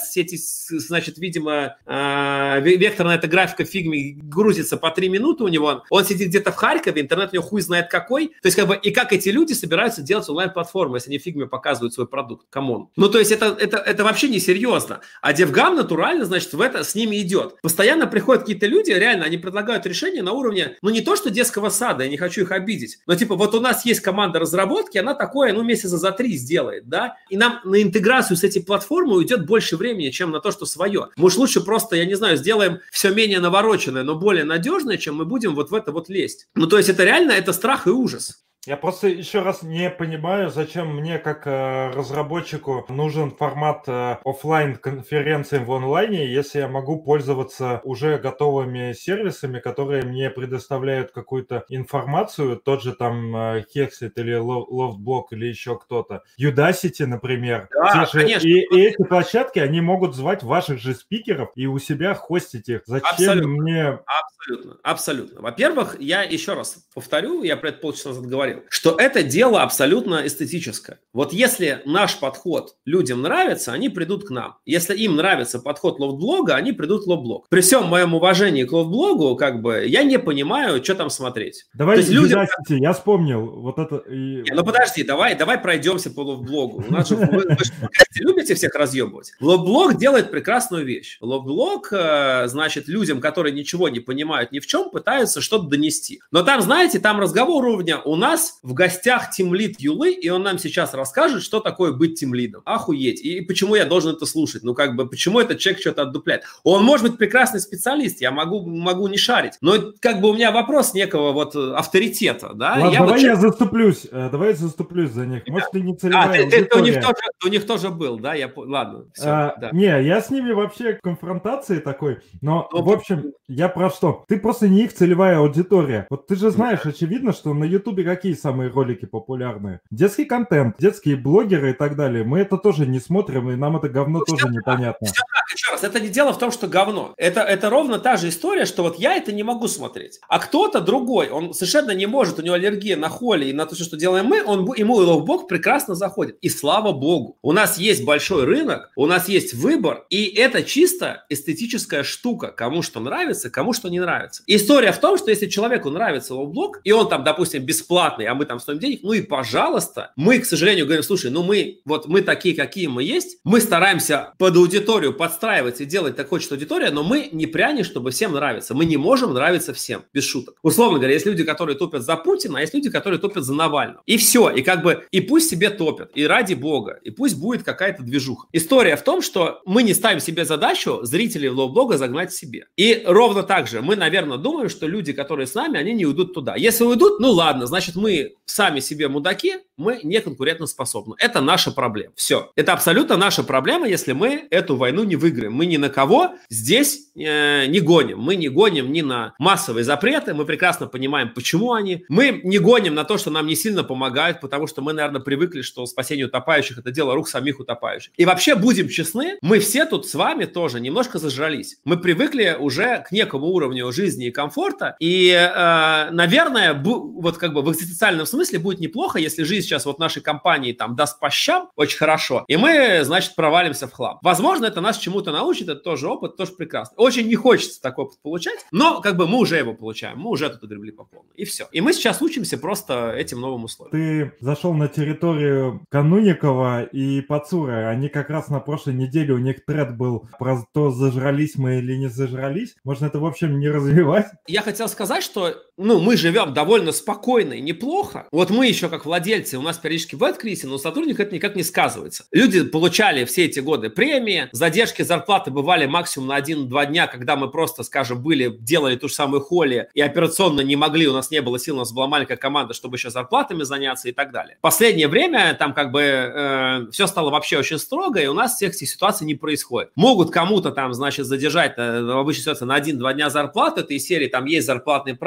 все эти, значит, видимо, э, векторная эта графика в фигме грузится по три минуты у него, он сидит где-то в Харькове, интернет у него хуй знает какой, то есть как бы, и как эти люди собираются делать онлайн-платформу, если они в фигме показывают свой продукт, камон. Ну, то есть это, это, это вообще несерьезно. А DevGam натурально, значит, в это с ними идет. Постоянно приходят какие-то люди, реально, они предлагают решения на уровне, ну, не то, что детского сада, я не хочу их обидеть, но типа вот у нас есть команда разработки, она такое, ну, месяца за три сделает, да, и нам на интеграцию с этой платформой уйдет больше времени, чем на то, что свое. Может, лучше просто, я не знаю, сделаем все менее навороченное, но более надежное, чем мы будем вот в это вот лезть. Ну, то есть это реально, это страх и ужас. Я просто еще раз не понимаю, зачем мне как э, разработчику нужен формат э, офлайн конференции в онлайне, если я могу пользоваться уже готовыми сервисами, которые мне предоставляют какую-то информацию, тот же там э, Hexit или Loftblog или еще кто-то. Udacity, например. Да, те же, конечно. И, и эти площадки, они могут звать ваших же спикеров и у себя хостить их. Зачем абсолютно. мне... Абсолютно, абсолютно. Во-первых, я еще раз повторю, я про это полчаса назад говорил, что это дело абсолютно эстетическое. Вот если наш подход людям нравится, они придут к нам. Если им нравится подход Loftblog, они придут в Loftblog. При всем моем уважении к Loftblog, как бы, я не понимаю, что там смотреть. Давай, люди... я вспомнил. Вот это... И... Не, ну подожди, давай, давай пройдемся по Loftblog. У нас же, вы, вы же любите всех разъебывать. Loftblog делает прекрасную вещь. Loftblog, значит, людям, которые ничего не понимают ни в чем, пытаются что-то донести. Но там, знаете, там разговор уровня у нас в гостях тимлид Юлы, и он нам сейчас расскажет, что такое быть тимлидом. Охуеть. И почему я должен это слушать? Ну, как бы, почему этот человек что-то отдупляет? Он может быть прекрасный специалист, я могу, могу не шарить. Но, как бы, у меня вопрос некого вот авторитета, да? Ладно, я давай вот я человек... заступлюсь. Давай я заступлюсь за них. Может, ты не целевая а, ты, аудитория. Ты, у, них тоже, у них тоже был, да? Я... Ладно, все, а, да. Не, я с ними вообще в конфронтации такой. Но, но, в общем, я про что? Ты просто не их целевая аудитория. Вот ты же знаешь, очевидно, что на Ютубе какие самые ролики популярные? Детский контент, детские блогеры и так далее. Мы это тоже не смотрим, и нам это говно ну, тоже все непонятно. Так, все так, еще раз, это не дело в том, что говно. Это, это ровно та же история, что вот я это не могу смотреть. А кто-то другой, он совершенно не может, у него аллергия на холли и на то, что делаем мы, он, ему Loftblog прекрасно заходит. И слава богу. У нас есть большой рынок, у нас есть выбор, и это чисто эстетическая штука. Кому что нравится, кому что не нравится. История в том, что если человеку нравится Loftblog, и он там, допустим, бесплатный, а мы там стоим денег, ну и пожалуйста, мы, к сожалению, говорим, слушай, ну мы, вот мы такие, какие мы есть, мы стараемся под аудиторию подстраиваться и делать так хочет аудитория, но мы не пряни, чтобы всем нравиться. Мы не можем нравиться всем, без шуток. Условно говоря, есть люди, которые топят за Путина, а есть люди, которые топят за Навального. И все, и как бы, и пусть себе топят, и ради бога, и пусть будет какая-то движуха. История в том, что мы не ставим себе задачу зрителей Loftblog загнать себе. И ровно так же мы, наверное, думаем, что люди, которые с нами, они не уйдут туда. Если уйдут, ну ладно, значит, мы сами себе мудаки, мы не конкурентоспособны. Это наша проблема. Все. Это абсолютно наша проблема, если мы эту войну не выиграем. Мы ни на кого здесь э, не гоним. Мы не гоним ни на массовые запреты, мы прекрасно понимаем, почему они. Мы не гоним на то, что нам не сильно помогают, потому что мы, наверное, привыкли, что спасение утопающих – это дело рук самих утопающих. И вообще, будем честны, мы все тут с вами тоже немножко зажрались. Мы привыкли уже к некому уровню жизни и комфорта, и, э, наверное, бу- вот как бы в экзистенциальном смысле будет неплохо, если жизнь сейчас вот нашей компании там даст по щам очень хорошо, и мы, значит, провалимся в хлам. Возможно, это нас чему-то научит, это тоже опыт, тоже прекрасно. Очень не хочется такой опыт получать, но как бы мы уже его получаем, мы уже тут огребли по полной, и все. И мы сейчас учимся просто этим новым условиям. Ты зашел на территорию Кануникова и Пацура, они как раз на прошлой неделе, у них тред был про то, зажрались мы или не зажрались. Можно это, в общем, не развивать? Я хотел сказать, что, ну, мы живем довольно спокойно и неплохо. Вот мы еще как владельцы, у нас периодически бывает кризис, но у сотрудников это никак не сказывается. Люди получали все эти годы премии, задержки зарплаты бывали максимум на один-два дня, когда мы просто, скажем, были, делали ту же самую холли и операционно не могли, у нас не было сил, у нас была маленькая команда, чтобы еще зарплатами заняться и так далее. В последнее время там как бы э, все стало вообще очень строго, и у нас всех этих ситуаций не происходит. Могут кому-то там, значит, задержать э, в обычной ситуации на один-два дня зарплаты, этой серии там есть зарплатный проект, у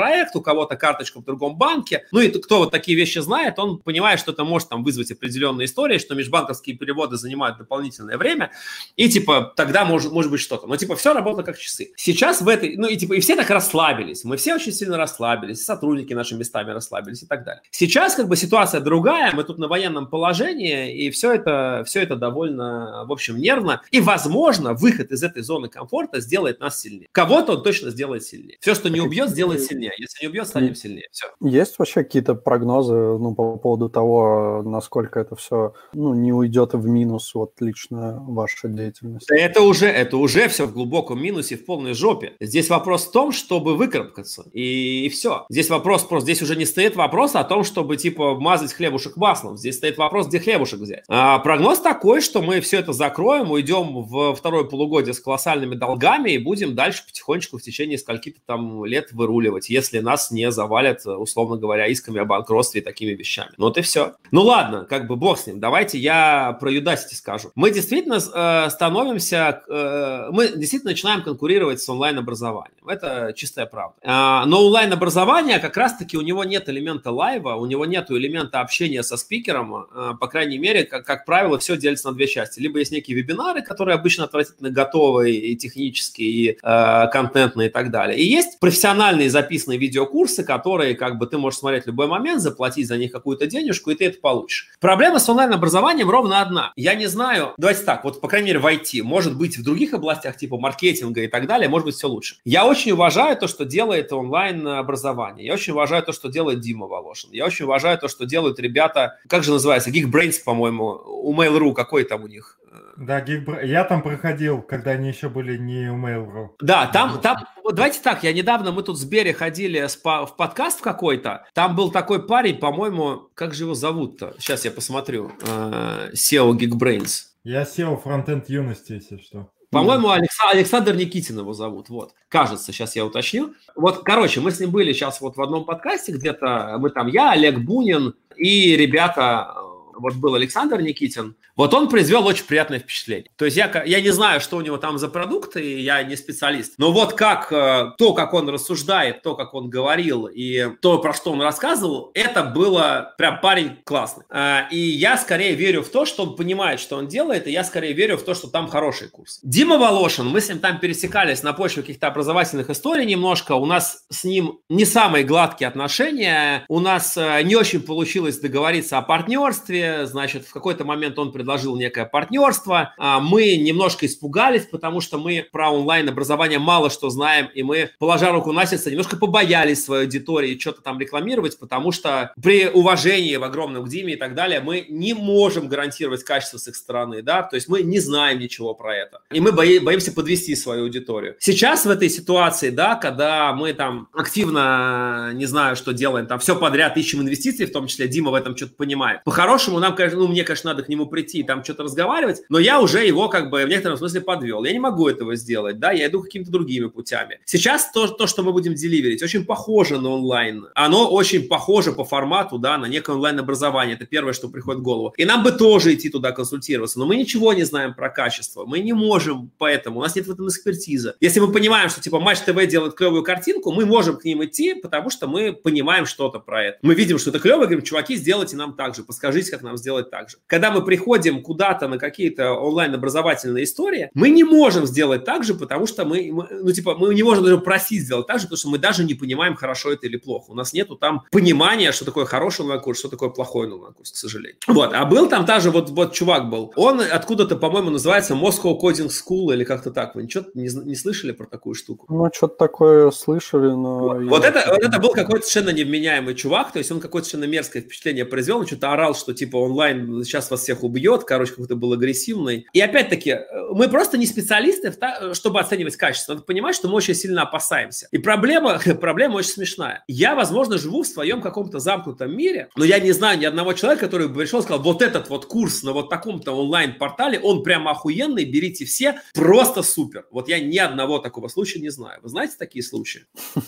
у кого-то карточка в другом банке. Ну и кто вот такие вещи знает, он понимает, что это может там вызвать определенные истории, что межбанковские переводы занимают дополнительное время, и типа тогда может, может быть что-то. Но типа все работает как часы. Сейчас в этой, ну и типа и все так расслабились, мы все очень сильно расслабились, сотрудники наши местами расслабились и так далее. Сейчас как бы ситуация другая, мы тут на военном положении, и все это, все это довольно, в общем, нервно, и возможно выход из этой зоны комфорта сделает нас сильнее. Кого-то он точно сделает сильнее. Все, что не убьет, сделает сильнее. Если не убьет, станем сильнее. Все. Есть вообще какие-то прогнозы, ну, по поводу того, насколько это все, ну, не уйдет в минус, вот лично ваша деятельность? Это уже, это уже все в глубоком минусе, в полной жопе. Здесь вопрос в том, чтобы выкарабкаться. И, и все. Здесь вопрос просто, здесь уже не стоит вопрос о том, чтобы, типа, мазать хлебушек маслом. Здесь стоит вопрос, где хлебушек взять. А прогноз такой, что мы все это закроем, уйдем в второе полугодие с колоссальными долгами и будем дальше потихонечку в течение скольких-то там лет выруливать, если нас не завалят, условно говоря, исками о банкротстве и такими вещами. Ну вот и все. Ну ладно, как бы бог с ним. Давайте я про Udacity скажу. Мы действительно э, становимся, э, мы действительно начинаем конкурировать с онлайн-образованием. Это чистая правда. Э, но онлайн-образование как раз-таки у него нет элемента лайва, у него нет элемента общения со спикером. Э, по крайней мере, как, как правило, все делится на две части. Либо есть некие вебинары, которые обычно отвратительно готовые и технические, и э, контентные и так далее. И есть профессиональные записанные видеокурсы, которые как бы ты можешь смотреть в любой момент, заплатить за них какую-то денежку, и ты это получишь. Проблема с онлайн-образованием ровно одна. Я не знаю, давайте так, вот по крайней мере в ай ти, может быть в других областях типа маркетинга и так далее, может быть все лучше. Я очень уважаю то, что делает онлайн-образование. Я очень уважаю то, что делает Дима Волошин. Я очень уважаю то, что делают ребята, как же называется, Geekbrains, по-моему, у Mail.ru, какой там у них? Да, Geekbrains. Я там проходил, когда они еще были не у Mail.ru. Да, там, там, вот давайте так, я недавно, мы тут с Бери ходили в подкаст какой-то, там был такой парень, по-моему, как же его зовут-то? Сейчас я посмотрю. си и о Geekbrains. Я си и о Frontend Юности, если что. По-моему, Алекса, Александр Никитин его зовут, вот. Кажется, сейчас я уточню. Вот, короче, мы с ним были сейчас вот в одном подкасте где-то, мы там, я, Олег Бунин и ребята, вот был Александр Никитин. Вот он произвел очень приятное впечатление. То есть я, я не знаю, что у него там за продукты, я не специалист. Но вот как то, как он рассуждает, то, как он говорил и то, про что он рассказывал, это было прям парень классный. И я скорее верю в то, что он понимает, что он делает, и я скорее верю в то, что там хороший курс. Дима Волошин, мы с ним там пересекались на почве каких-то образовательных историй немножко. У нас с ним не самые гладкие отношения. У нас не очень получилось договориться о партнерстве. Значит, в какой-то момент он предложил некое партнерство. Мы немножко испугались, потому что мы про онлайн-образование мало что знаем, и мы, положа руку на сердце, немножко побоялись своей аудитории что-то там рекламировать, потому что при уважении в огромном к Диме и так далее мы не можем гарантировать качество с их стороны, да, то есть мы не знаем ничего про это. И мы бои, боимся подвести свою аудиторию. Сейчас в этой ситуации, да, когда мы там активно, не знаю, что делаем, там все подряд ищем инвестиции, в том числе Дима в этом что-то понимает. По-хорошему нам, конечно, ну, мне, конечно, надо к нему прийти и там что-то разговаривать, но я уже его как бы в некотором смысле подвел. Я не могу этого сделать, да, я иду какими-то другими путями. Сейчас то, то, что мы будем деливерить, очень похоже на онлайн. Оно очень похоже по формату, да, на некое онлайн-образование. Это первое, что приходит в голову. И нам бы тоже идти туда консультироваться, но мы ничего не знаем про качество. Мы не можем поэтому, у нас нет в этом экспертизы. Если мы понимаем, что типа Матч ТВ делает клевую картинку, мы можем к ним идти, потому что мы понимаем что-то про это. Мы видим, что это клево, говорим, чуваки, сделайте нам так же, подскажите, как нам сделать так же. Когда мы приходим куда-то на какие-то онлайн-образовательные истории, мы не можем сделать так же, потому что мы, мы, ну, типа, мы не можем даже просить сделать так же, потому что мы даже не понимаем, хорошо это или плохо. У нас нету там понимания, что такое хороший онлайн-курс, что такое плохой онлайн-курс, к сожалению. Вот, а был там даже вот, вот чувак был, он откуда-то, по-моему, называется Moscow Coding School или как-то так. Вы ничего не, не слышали про такую штуку? Ну, что-то такое слышали, но... Вот, вот, это, вот это был какой-то совершенно невменяемый чувак, то есть он какое-то совершенно мерзкое впечатление произвел, он что-то орал, что типа онлайн сейчас вас всех убьет, короче, какой-то был агрессивный. И опять-таки, мы просто не специалисты, чтобы оценивать качество. Надо понимать, что мы очень сильно опасаемся. И проблема, проблема очень смешная. Я, возможно, живу в своем каком-то замкнутом мире, но я не знаю ни одного человека, который бы пришел и сказал, вот этот вот курс на вот таком-то онлайн-портале, он прямо охуенный, берите все, просто супер. Вот я ни одного такого случая не знаю. Вы знаете такие случаи?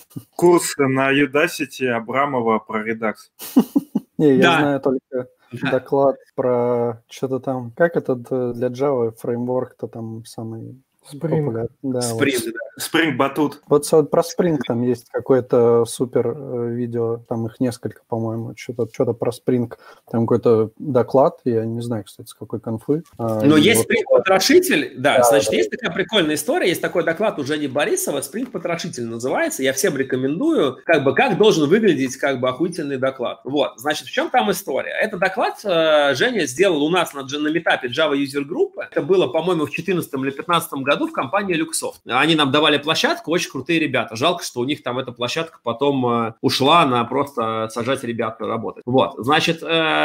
Курс на Udacity Абрамова про Redux. Не, я знаю только... Доклад про что-то там, как этот для Java фреймворк-то там самый Спринг. Да, Спринг, вот. да. Спринг Батут. Вот, вот про Спринг там есть какое-то супер видео, там их несколько, по-моему, что-то, что-то про Спринг, там какой-то доклад, я не знаю, кстати, с какой конфы. Но есть вот... Спринг-потрошитель, да, да, значит, да. Есть такая прикольная история, есть такой доклад у Жени Борисова, Спринг-потрошитель называется, я всем рекомендую, как бы, как должен выглядеть, как бы, охуительный доклад. Вот, значит, в чем там история? Этот доклад э, Женя сделал у нас на, на митапе Java User Group, это было, по-моему, в две тысячи четырнадцатом или две тысячи пятнадцатом году в компании Luxoft. Они нам давали площадку, очень крутые ребята. Жалко, что у них там эта площадка потом э, ушла на просто сажать ребят работать. Вот, значит,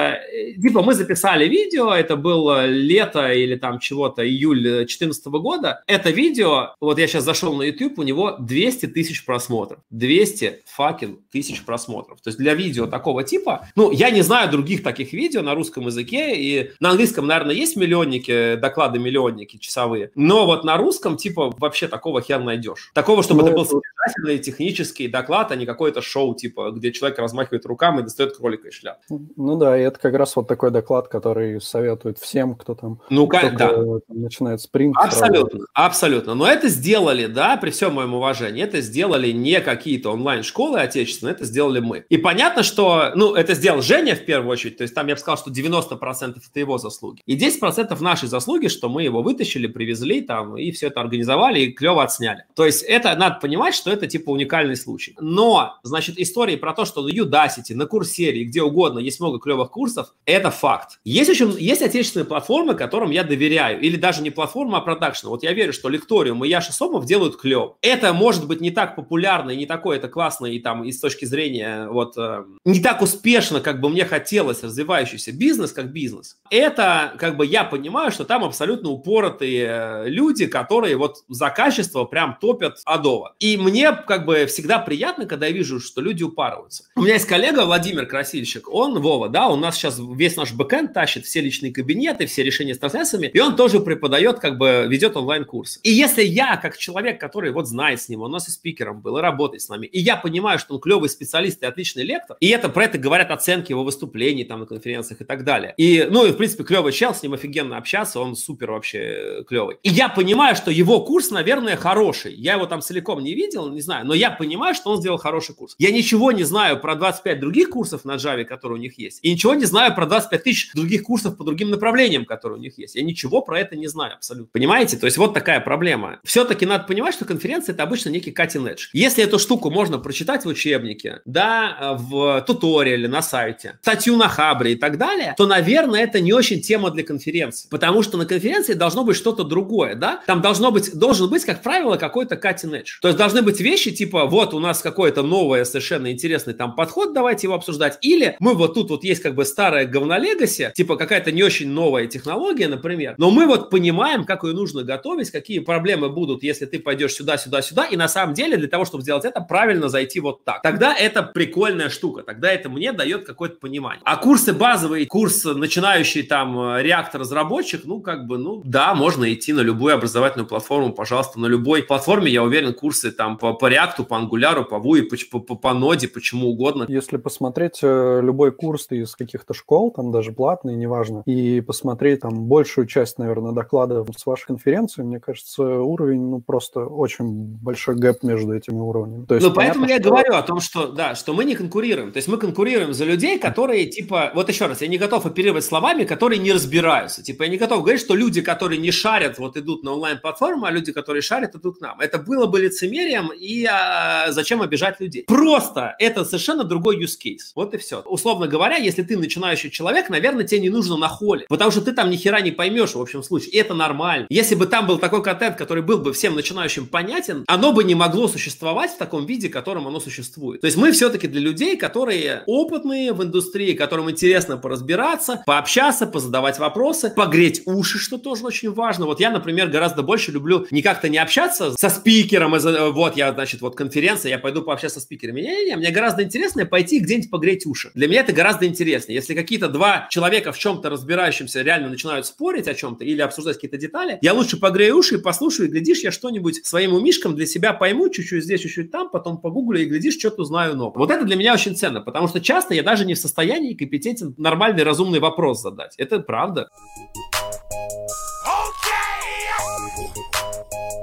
э, типа мы записали видео, это было лето или там чего-то, июль две тысячи четырнадцатого года. Это видео, вот я сейчас зашел на YouTube, у него двести тысяч просмотров. двести fucking тысяч просмотров. То есть для видео такого типа, ну, я не знаю других таких видео на русском языке, и на английском, наверное, есть миллионники, доклады-миллионники часовые, но вот на русском, типа, вообще такого хер найдешь. Такого, чтобы ну, это был содержательный технический доклад, а не какое-то шоу, типа, где человек размахивает руками и достает кролика из шляпы. Ну да, и это как раз вот такой доклад, который советует всем, кто там, ну, как, да. там начинает спринт. Абсолютно, сразу. абсолютно. Но это сделали, да, при всем моем уважении, это сделали не какие-то онлайн-школы отечественные, это сделали мы. И понятно, что, ну, это сделал Женя в первую очередь, то есть там я бы сказал, что девяносто процентов это его заслуги. И десять процентов нашей заслуги, что мы его вытащили, привезли там и все это организовали и клево отсняли. То есть это надо понимать, что это типа уникальный случай. Но, значит, истории про то, что на Udacity, на Курсере, где угодно есть много клевых курсов, это факт. Есть очень, есть отечественные платформы, которым я доверяю, или даже не платформа, а продакшн. Вот я верю, что Лекториум и Яша Сомов делают клево. Это может быть не так популярно и не такое это классно и там и с точки зрения вот э, не так успешно, как бы мне хотелось, развивающийся бизнес как бизнес. Это как бы я понимаю, что там абсолютно упоротые люди, которые вот за качество прям топят адово. И мне как бы всегда приятно, когда я вижу, что люди упарываются. У меня есть коллега Владимир Красильщик, он, Вова, да, у нас сейчас весь наш бэкэнд тащит, все личные кабинеты, все решения с трансляциями, и он тоже преподает, как бы ведет онлайн-курс. И если я, как человек, который вот знает с ним, он у нас и спикером был, и работает с нами, и я понимаю, что он клевый специалист и отличный лектор, и это про это говорят оценки его выступлений там на конференциях и так далее. И, ну, и в принципе клевый чел, с ним офигенно общаться, он супер вообще клевый. И я понимаю, что его курс, наверное, хороший. Я его там целиком не видел, не знаю, но я понимаю, что он сделал хороший курс. Я ничего не знаю про двадцать пять других курсов на Java, которые у них есть, и ничего не знаю про двадцать пять тысяч других курсов по другим направлениям, которые у них есть. Я ничего про это не знаю абсолютно. Понимаете? То есть вот такая проблема. Все-таки надо понимать, что конференция – это обычно некий cutting edge. Если эту штуку можно прочитать в учебнике, да, в туториале на сайте, статью на Хабре и так далее, то, наверное, это не очень тема для конференции. Потому что на конференции должно быть что-то другое, да? Там должно быть, должен быть, как правило, какой-то cutting edge. То есть должны быть вещи типа, вот у нас какое-то новое, совершенно интересный там подход, давайте его обсуждать. Или мы вот тут вот есть как бы старая говнолегаси, типа какая-то не очень новая технология, например, но мы вот понимаем, как ее нужно готовить, какие проблемы будут, если ты пойдешь сюда, сюда, сюда, и на самом деле для того, чтобы сделать это, правильно зайти вот так. Тогда это прикольная штука, тогда это мне дает какое-то понимание. А курсы базовые, курс начинающий там реактор-разработчик, ну как бы, ну да, можно идти на любую образовательную платформу, пожалуйста, на любой платформе, я уверен, курсы там по, по React, по Angular, по Vue, по, по, по Node, почему угодно. Если посмотреть любой курс из каких-то школ, там даже платный, неважно, и посмотреть там большую часть, наверное, докладов с вашей конференции, мне кажется, уровень, ну, просто очень большой гэп между этими уровнями. То есть, ну, поэтому понятно, я что... говорю о том, что, да, что мы не конкурируем. То есть мы конкурируем за людей, которые, типа, вот еще раз, я не готов оперировать словами, которые не разбираются. Типа, я не готов говорить, что люди, которые не шарят, вот идут на онлайн-платформу, а люди, которые шарят, идут к нам. Это было бы лицемерием, и а, зачем обижать людей? Просто это совершенно другой use case. Вот и все. Условно говоря, если ты начинающий человек, наверное, тебе не нужно на холле, потому что ты там ни хера не поймешь в общем случае. И это нормально. Если бы там был такой контент, который был бы всем начинающим понятен, оно бы не могло существовать в таком виде, в котором оно существует. То есть мы все-таки для людей, которые опытные в индустрии, которым интересно поразбираться, пообщаться, позадавать вопросы, погреть уши, что тоже очень важно. Вот я, например, гораздо больше люблю не как-то не общаться со спикером, вот я, значит, вот конференция, я пойду пообщаться со спикерами. Не-не-не, мне гораздо интереснее пойти где-нибудь погреть уши. Для меня это гораздо интереснее. Если какие-то два человека в чем-то разбирающимся реально начинают спорить о чем-то или обсуждать какие-то детали, я лучше погрею уши и послушаю, и глядишь, я что-нибудь своим умишком для себя пойму, чуть-чуть здесь, чуть-чуть там, потом погуглю и глядишь, что-то узнаю новое. Вот это для меня очень ценно, потому что часто я даже не в состоянии компетентен нормальный, разумный вопрос задать. Это правда. Okay.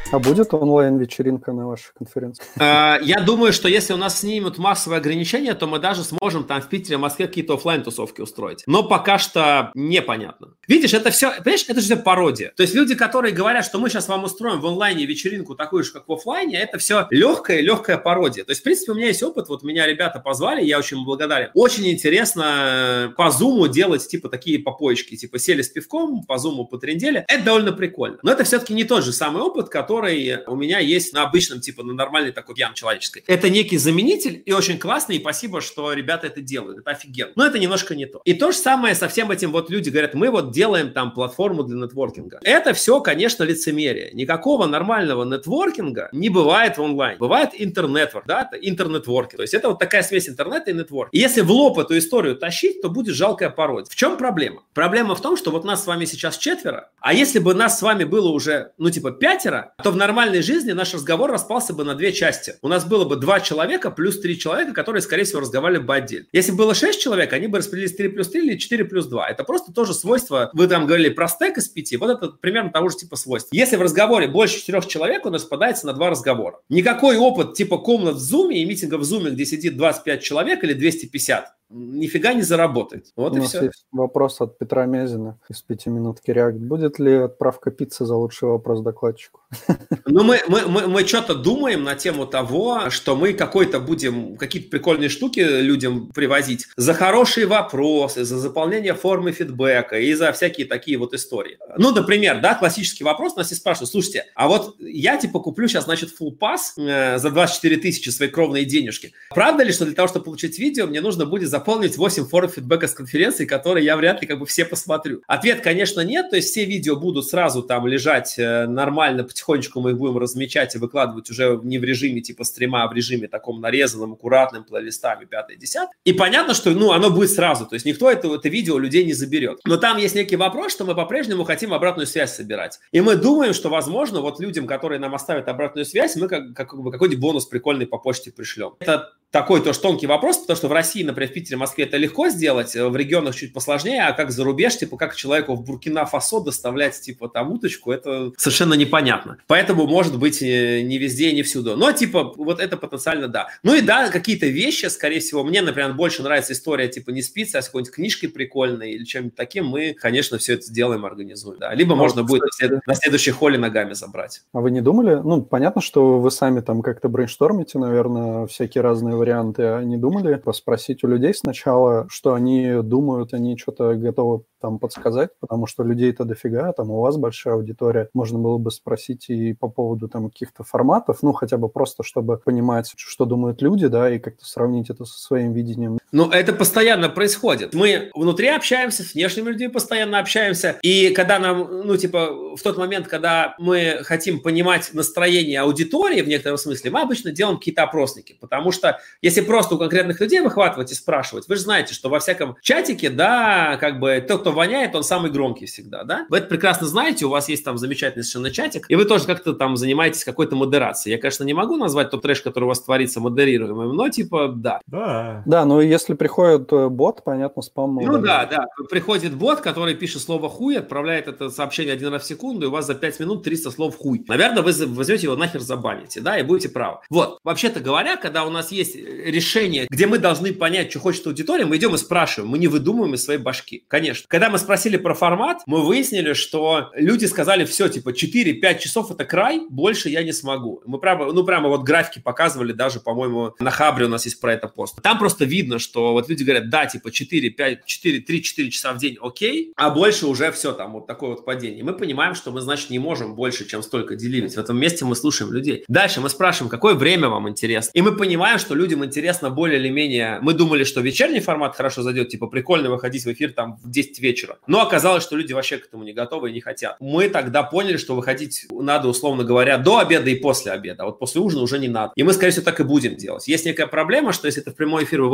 А будет онлайн-вечеринка на вашей конференции? Я думаю, что если у нас снимут массовые ограничения, то мы даже сможем там в Питере, в Москве какие-то офлайн-тусовки устроить. Но пока что непонятно. Видишь, это все, понимаешь, это же все пародия. То есть люди, которые говорят, что мы сейчас вам устроим в онлайне вечеринку такую же, как в офлайне, это все легкая-легкая пародия. То есть, в принципе, у меня есть опыт, вот меня ребята позвали, я очень благодарен. Очень интересно по зуму делать типа такие попоечки, типа сели с пивком, по зуму потрындели. Это довольно прикольно. Но это все-таки не тот же самый опыт, который у меня есть на обычном, типа, на нормальной такой пьян человеческой. Это некий заменитель, и очень классно, и спасибо, что ребята это делают. Это офигенно. Но это немножко не то. И то же самое со всем этим, вот люди говорят, мы вот делаем там платформу для нетворкинга. Это все, конечно, лицемерие. Никакого нормального нетворкинга не бывает в онлайн. Бывает интернетворк, да, это интернетворкинг. То есть это вот такая смесь интернета и нетворка. И если в лоб эту историю тащить, то будет жалкая пародия. В чем проблема? Проблема в том, что вот нас с вами сейчас четверо, а если бы нас с вами было уже, ну, типа, пятеро, то в нормальной жизни наш разговор распался бы на две части. У нас было бы два человека плюс три человека, которые, скорее всего, разговаривали бы отдельно. Если было шесть человек, они бы распределились три плюс три или четыре плюс два. Это просто тоже свойство. Вы там говорили про стек из пяти, вот это примерно того же типа свойства. Если в разговоре больше четырех человек, он распадается на два разговора. Никакой опыт типа комнат в Зуме и митинга в Зуме, где сидит двадцать пять человек или двести пятьдесят, нифига не заработает. Вот У и нас все. есть вопрос от Петра Мезина из пятиминутки React. Будет ли отправка пиццы за лучший вопрос докладчику? Ну, мы, мы, мы, мы что-то думаем на тему того, что мы какой-то будем, какие-то прикольные штуки людям привозить за хорошие вопросы, за заполнение формы фидбэка и за всякие такие вот истории. Ну, например, да, классический вопрос, нас и спрашивают, слушайте, а вот я типа куплю сейчас, значит, full pass э, за двадцать четыре тысячи свои кровные денежки. Правда ли, что для того, чтобы получить видео, мне нужно будет заполнить восемь форм фидбэка с конференции, которые я вряд ли как бы все посмотрю? Ответ, конечно, нет, то есть все видео будут сразу там лежать э, нормально, потихонечку мы их будем размечать и выкладывать уже не в режиме типа стрима, а в режиме таком нарезанном, аккуратным, плейлистами, пятое, десятое. И понятно, что ну, оно будет сразу, то есть никто это, это видео у людей не заберет. Но там есть некий вопрос, что мы по-прежнему хотим обратную связь собирать. И мы думаем, что, возможно, вот людям, которые нам оставят обратную связь, мы как, как, какой-нибудь бонус прикольный по почте пришлем. Это такой тоже тонкий вопрос, потому что в России, например, в Питере, Москве это легко сделать, в регионах чуть посложнее, а как за рубеж, типа, как человеку в Буркина-Фасо доставлять, типа, там, уточку, это совершенно непонятно. Поэтому, может быть, не везде и не всюду. Но, типа, вот это потенциально да. Ну и да, какие-то вещи, скорее всего, мне, например, больше нравится история, типа, не спится, а с какой-нибудь книжкой прикольной или чем-нибудь таким, мы, конечно, все это сделаем, организуем. Да. Либо а можно вот, будет кстати, на, след... на следующей холле ногами забрать. А вы не думали? Ну, понятно, что вы сами там как-то брейнштормите, наверное, всякие разные варианты, а не думали спросить у людей сначала, что они думают, они что-то готовы там подсказать, потому что людей-то дофига, там у вас большая аудитория, можно было бы спросить и по поводу там каких-то форматов, ну, хотя бы просто, чтобы понимать, что думают люди, да, и как-то сравнить это со своим видением. Ну, это постоянно происходит. Мы внутри общаемся, с внешними людьми постоянно общаемся, и когда нам, ну, типа, в тот момент, когда мы хотим понимать настроение аудитории в некотором смысле, мы обычно делаем какие-то опросники, потому что если просто у конкретных людей выхватывать и спрашивать, вы же знаете, что во всяком чатике, да, как бы тот, кто воняет, он самый громкий всегда, да? Вы это прекрасно знаете, у вас есть там замечательный совершенно чатик, и вы тоже как-то там занимаетесь какой-то модерацией. Я, конечно, не могу назвать тот трэш, который у вас творится, модерируемым, но типа, да. Да. Да, но если приходит бот, понятно, спам. Ну да, да. Приходит бот, который пишет слово «хуй», отправляет это сообщение один раз в секунду, и у вас за пять минут триста слов «хуй». Наверное, вы возьмете его нахер забаните, да, и будете правы. Вот. Вообще-то говоря, когда у нас есть решение, где мы должны понять, что хочет аудитория, мы идем и спрашиваем, мы не выдумываем из своей башки. Конечно. Когда мы спросили про формат, мы выяснили, что люди сказали, все, типа, четыре-пять часов это край, больше я не смогу. Мы прямо, ну, прямо вот графики показывали, даже, по-моему, на Хабре у нас есть про это пост. Там просто видно, что вот люди говорят, да, типа, четыре-пять, четыре, три-четыре часа в день окей, а больше уже все, там, вот такое вот падение. И мы понимаем, что мы, значит, не можем больше, чем столько деливить. В этом месте мы слушаем людей. Дальше мы спрашиваем, какое время вам интересно. И мы понимаем, что людям интересно более или менее... Мы думали, что вечерний формат хорошо зайдет, типа, прикольно выходить в эфир там в десять вечера. Но оказалось, что люди вообще к этому не готовы и не хотят. Мы тогда поняли, что выходить надо, условно говоря, до обеда и после обеда. А вот после ужина уже не надо. И мы, скорее всего, так и будем делать. Есть некая проблема, что если ты в прямой эфир выводишь людей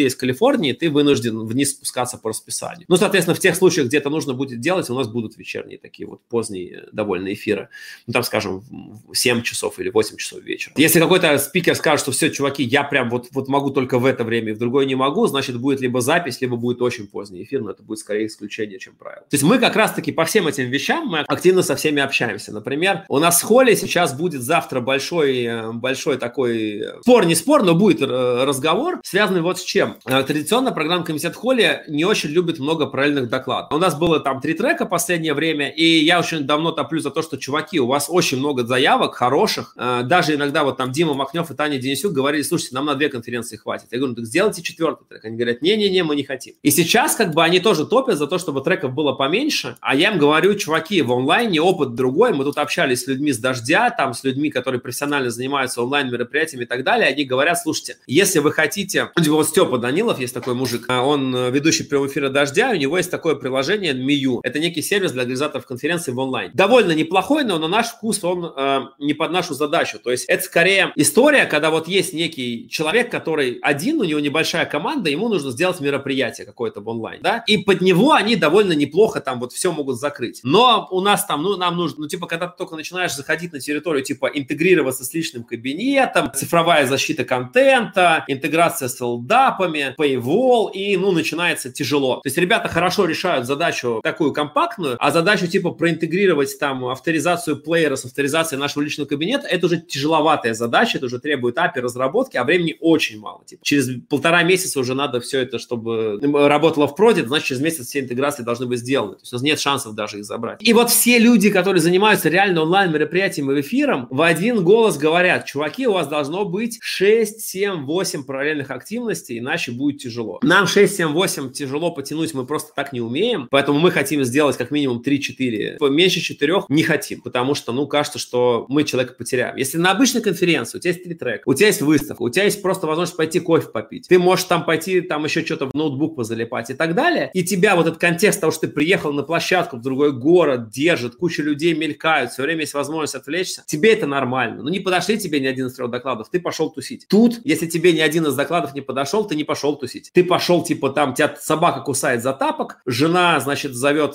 из Калифорнии, ты вынужден вниз спускаться по расписанию. Ну, соответственно, в тех случаях, где это нужно будет делать, у нас будут вечерние такие вот поздние довольно эфиры. Ну, там, скажем, в семь часов или восемь часов вечера. Если какой-то спикер скажет, что все, чуваки, я прям вот, вот могу только в это время и в другое не могу, значит, будет либо запись, либо будет очень поздний эфир, но это будет скорее исключение, чем правило. То есть мы как раз-таки по всем этим вещам мы активно со всеми общаемся. Например, у нас в холле сейчас будет завтра большой, большой такой спор, не спор, но будет разговор, связанный вот с чем. Традиционно программный комитет в холле не очень любит много параллельных докладов. У нас было там три трека в последнее время, и я очень давно топлю за то, что, чуваки, у вас очень много заявок хороших. Даже иногда вот там Дима Махнев и Таня Денисюк говорили, слушайте, нам на две конференции хватит. Я говорю, ну так сделайте четвертый трек. Они говорят, не-не-не, мы не хотим. И сейчас как бы они тоже топят за то, чтобы треков было поменьше, а я им говорю, чуваки, в онлайне опыт другой. Мы тут общались с людьми с Дождя, там с людьми, которые профессионально занимаются онлайн-мероприятиями и так далее. Они говорят, слушайте, если вы хотите... Вот Степа Данилов есть такой мужик, он ведущий прямого эфира Дождя, у него есть такое приложение Мию. Это некий сервис для организаторов конференций в онлайн. Довольно неплохой, но на наш вкус он э, не под нашу задачу. То есть это скорее история, когда вот есть некий человек, который один, у него небольшая команда, ему нужно сделать мероприятие какое-то в онлайн, да, и под него они довольно неплохо там вот все могут закрыть. Но у нас там, ну, нам нужно, ну, типа, когда ты только начинаешь заходить на территорию, типа, интегрироваться с личным кабинетом, цифровая защита контента, интеграция с элдапами, paywall, и, ну, начинается тяжело. То есть ребята хорошо решают задачу такую компактную, а задачу, типа, проинтегрировать там авторизацию плеера с авторизацией нашего личного кабинета, это уже тяжеловатая задача, это уже требует эй пи ай разработки, а времени очень мало. Типа, через полтора месяца уже надо все это, чтобы работало в проде, значит, через месяц все интеграции должны быть сделаны. То есть у нас нет шансов даже их забрать. И вот все люди, которые занимаются реально онлайн-мероприятием и эфиром, в один голос говорят, чуваки, у вас должно быть шесть, семь, восемь параллельных активностей, иначе будет тяжело. Нам шесть, семь, восемь тяжело потянуть, мы просто так не умеем, поэтому мы хотим сделать как минимум три-четыре. Меньше четырех не хотим, потому что, ну, кажется, что мы человека потеряем. Если на обычной конференции у тебя есть три трека, у тебя есть выставка, у тебя есть просто возможность пойти кофе попить, ты можешь там пойти, там еще что-то в ноутбук позалипать и так далее, и тебя вот этот контекст того, что ты приехал на площадку в другой город, держит, куча людей мелькают, все время есть возможность отвлечься, тебе это нормально. Ну, не подошли тебе ни один из трех докладов, ты пошел тусить. Тут, если тебе ни один из докладов не подошел, ты не пошел тусить. Ты пошел, типа, там, тебя собака кусает за тапок, жена, значит, зовет,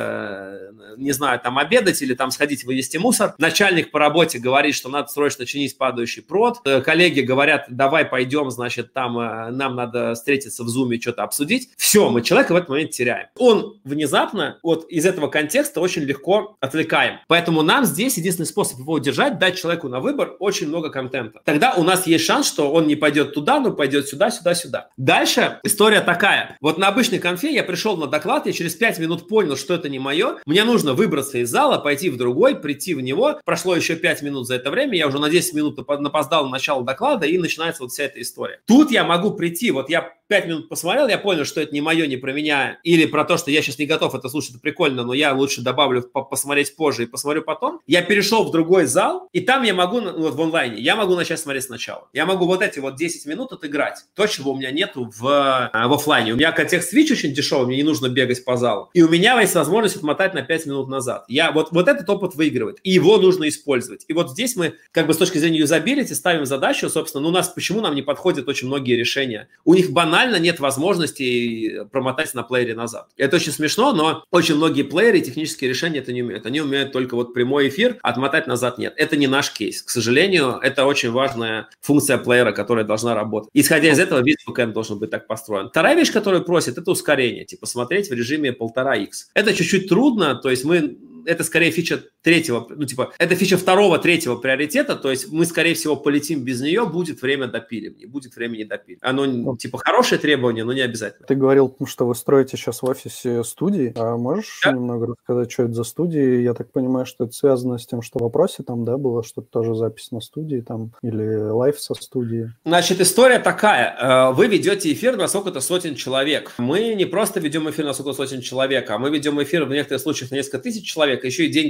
э, не знаю, там, обедать или там сходить вынести мусор, начальник по работе говорит, что надо срочно чинить падающий прод, э, коллеги говорят, давай пойдем, значит, там, э, нам надо встретиться в зуме, что-то обсудить. Все, мы человека в этот момент теряем. Он внезапно вот из этого контекста очень легко отвлекаем. Поэтому нам здесь единственный способ его удержать, дать человеку на выбор очень много контента. Тогда у нас есть шанс, что он не пойдет туда, но пойдет сюда, сюда, сюда. Дальше история такая. Вот на обычной конфе я пришел на доклад, я через пять минут понял, что это не мое. Мне нужно выбраться из зала, пойти в другой, прийти в него. Прошло еще пять минут за это время, я уже на десять минут напоздал на начало доклада, и начинается вот вся эта история. Тут я могу прийти, вот я пять минут посмотрел, я понял, что это не мое, не про меня, или про то, что я сейчас не готов это слушать, это прикольно, но я лучше добавлю посмотреть позже и посмотрю потом. Я перешел в другой зал, и там я могу, вот в онлайне, я могу начать смотреть сначала. Я могу вот эти вот десять минут отыграть. То, чего у меня нету в, в офлайне. У меня контекст-свитч очень дешевый, мне не нужно бегать по залу. И у меня есть возможность отмотать на пять минут назад. Я, вот, вот этот опыт выигрывает, и его нужно использовать. И вот здесь мы, как бы с точки зрения юзабилити, ставим задачу, собственно, ну, у нас, почему нам не подходят очень многие решения? У них банально нет возможности промотать на плеере назад. Это очень смешно, но очень многие плееры, технические решения это не умеют. Они умеют только вот прямой эфир, отмотать назад нет. Это не наш кейс. К сожалению, это очень важная функция плеера, которая должна работать. Исходя из этого, весь бэкэнд должен быть так построен. Вторая вещь, которую просят, это ускорение. Типа смотреть в режиме полтора икс. Это чуть-чуть трудно, то есть мы... Это скорее фича третьего, ну типа, это фича второго, третьего приоритета, то есть мы, скорее всего, полетим без нее, будет время допиливания, будет время не допиливания. Оно, типа, хорошее требование, но не обязательно. Ты говорил, что вы строите сейчас в офисе студии, а можешь да? немного рассказать, что это за студии? Я так понимаю, что это связано с тем, что в вопросе там, да, было что-то тоже запись на студии там, или лайв со студии? Значит, история такая. Вы ведете эфир на сколько-то сотен человек. Мы не просто ведем эфир на сколько-то сотен человек, а мы ведем эфир в некоторых случаях на несколько тысяч человек, еще и деньги за это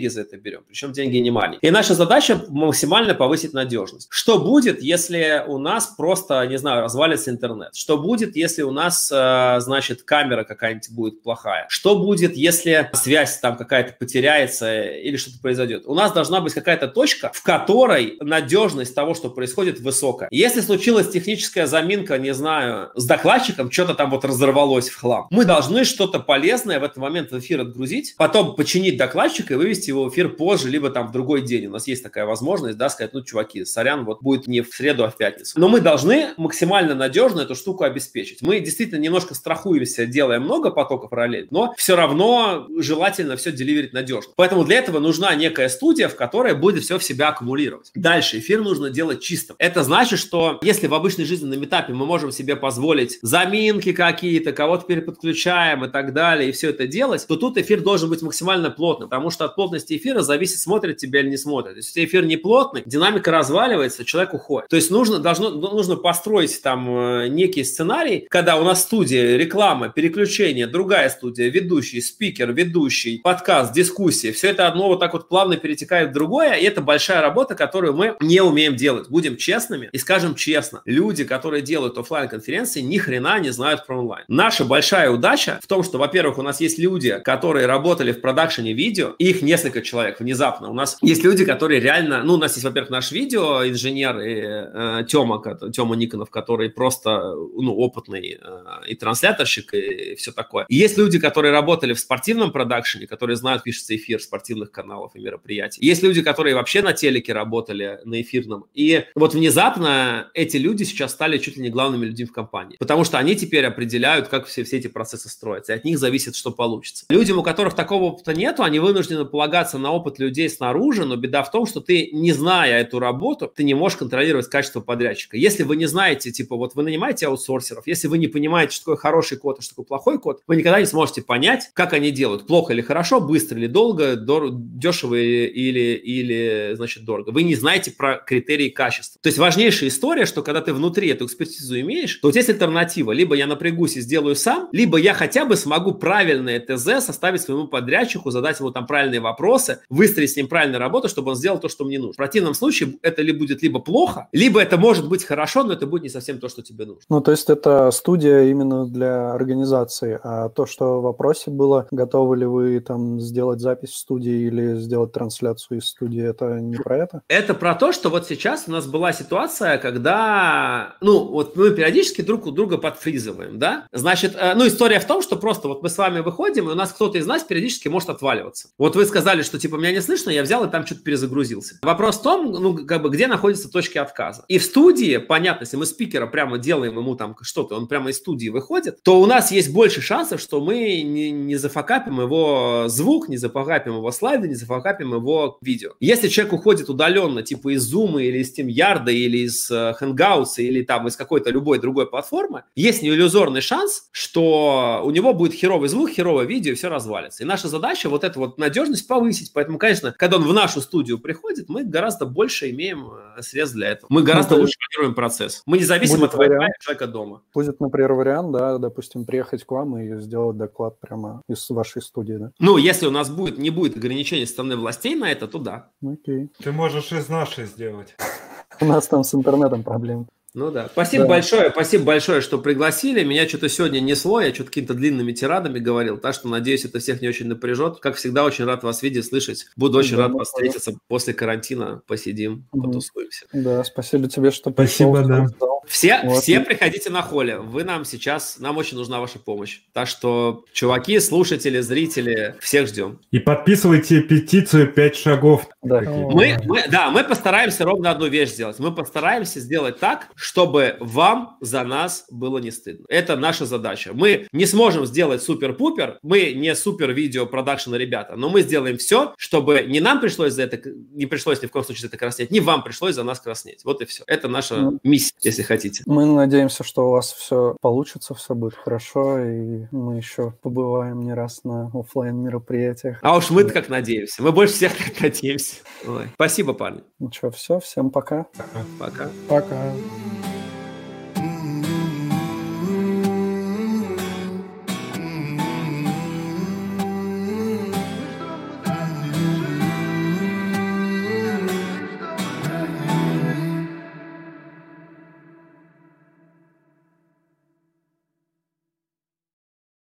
берем, причем деньги не маленькие. И наша задача максимально повысить надежность. Что будет, если у нас просто, не знаю, развалится интернет? Что будет, если у нас, значит, камера какая-нибудь будет плохая? Что будет, если связь там какая-то потеряется или что-то произойдет? У нас должна быть какая-то точка, в которой надежность того, что происходит, высокая. Если случилась техническая заминка, не знаю, с докладчиком, что-то там вот разорвалось в хлам, мы должны что-то полезное в этот момент в эфир отгрузить, потом починить докладчика и вывести его в эфир позже, либо там в другой день. У нас есть такая возможность, да, сказать, ну, чуваки, сорян, вот будет не в среду, а в пятницу. Но мы должны максимально надежно эту штуку обеспечить. Мы действительно немножко страхуемся, делая много потоков параллельно, но все равно желательно все деливерить надежно. Поэтому для этого нужна некая студия, в которой будет все в себя аккумулировать. Дальше эфир нужно делать чистым. Это значит, что если в обычной жизненном этапе мы можем себе позволить заминки какие-то, кого-то переподключаем и так далее, и все это делать, то тут эфир должен быть максимально плотным, потому что от плотности эфира зависит, смотрит тебя или не смотрит. Если эфир не плотный, динамика разваливается, человек уходит. То есть нужно, должно, нужно построить там некий сценарий, когда у нас студия, реклама, переключение, другая студия, ведущий, спикер, ведущий, подкаст, дискуссия, все это одно вот так вот плавно перетекает в другое, и это большая работа, которую мы не умеем делать. Будем честными и скажем честно, люди, которые делают офлайн-конференции, ни хрена не знают про онлайн. Наша большая удача в том, что, во-первых, у нас есть люди, которые работали в продакшене видео, и их несколько человек внезапно. У нас есть люди, которые реально, ну, у нас есть, во-первых, наш видеоинженер и э, Тёма, Тёма Никонов, который просто, ну, опытный э, и трансляторщик, и все такое. И есть люди, которые работали в спортивном продакшене, которые знают, пишется эфир спортивных каналов и мероприятий. Есть люди, которые вообще на телеке работали, на эфирном. И вот внезапно эти люди сейчас стали чуть ли не главными людьми в компании, потому что они теперь определяют, как все, все эти процессы строятся, и от них зависит, что получится. Людям, у которых такого опыта нету, они вынуждены полагаться на опыт людей снаружи, но беда в том, что ты, не зная эту работу, ты не можешь контролировать качество подрядчика. Если вы не знаете, типа, вот вы нанимаете аутсорсеров, если вы не понимаете, что такое хороший код, а что такое плохой код, вы никогда не сможете понять, как они делают, плохо или хорошо, быстро или долго, дор- дешево или, или, значит, дорого. Вы не знаете про критерии качества. То есть важнейшая история, что когда ты внутри эту экспертизу имеешь, то у тебя есть альтернатива. Либо я напрягусь и сделаю сам, либо я хотя бы смогу правильное ТЗ составить своему подрядчику, задать ему там правильные вопросы, выстроить с ним правильную работу, чтобы он сделал то, что мне нужно. В противном случае это ли будет либо плохо, либо это может быть хорошо, но это будет не совсем то, что тебе нужно. Ну, то есть это студия именно для организации, а то, что в вопросе было, готовы ли вы там сделать запись в студии или сделать трансляцию из студии, это не про это? Это про то, что вот сейчас у нас была ситуация, когда, ну, вот мы периодически друг у друга подфризываем, да? Значит, ну, история в том, что просто вот мы с вами выходим, и у нас кто-то из нас периодически может отваливаться. Вот вы сказали, что типа меня не слышно, я взял и там что-то перезагрузился. Вопрос в том, ну, как бы, где находятся точки отказа. И в студии, понятно, если мы спикера прямо делаем ему там что-то, он прямо из студии выходит, то у нас есть больше шансов, что мы не, не зафакапим его звук, не зафакапим его слайды, не зафакапим его видео. Если человек уходит удаленно, типа из Zoom или из SteamYard, или из Hangouts, или там из какой-то любой другой платформы, есть неиллюзорный шанс, что у него будет херовый звук, херовое видео, и все развалится. И наша задача вот эту вот надежность повысить. Поэтому, конечно, когда он в нашу студию приходит, мы гораздо больше имеем средств для этого. Мы гораздо ну, лучше контролируем процесс. Мы не зависим от Wi-Fi человека дома. Будет, например, вариант, да, допустим, приехать к вам и сделать доклад прямо из вашей студии, да? Ну, если у нас будет, не будет ограничений со стороны властей на это, то да. Окей. Ты можешь из нашей сделать. У нас там с интернетом проблемы. Ну да. Спасибо да. большое, спасибо большое, что пригласили. Меня что-то сегодня несло, я что-то какими-то длинными тирадами говорил, так что, надеюсь, это всех не очень напряжет. Как всегда, очень рад вас видеть, слышать. Буду очень да, рад вас встретиться после карантина, посидим, угу. потусуемся. Да, спасибо тебе, что спасибо, пришел. Да. Все, вот. все приходите на холле. Вы нам сейчас, нам очень нужна ваша помощь. Так что, чуваки, слушатели, зрители, всех ждем. И подписывайте петицию «Пять шагов». Да. Мы, мы, да, мы постараемся ровно одну вещь сделать. Мы постараемся сделать так, чтобы вам за нас было не стыдно. Это наша задача. Мы не сможем сделать супер-пупер, мы не супер-видео-продакшн ребята, но мы сделаем все, чтобы не нам пришлось за это, не пришлось ни в коем случае за это краснеть, ни вам пришлось за нас краснеть. Вот и все. Это наша mm. миссия, если хотите. Мы надеемся, что у вас все получится, все будет хорошо, и мы еще побываем не раз на офлайн мероприятиях. А уж мы-то как надеемся. Мы больше всех так надеемся. Ой. Спасибо, парни. Ну что, все, всем пока. Пока. Пока.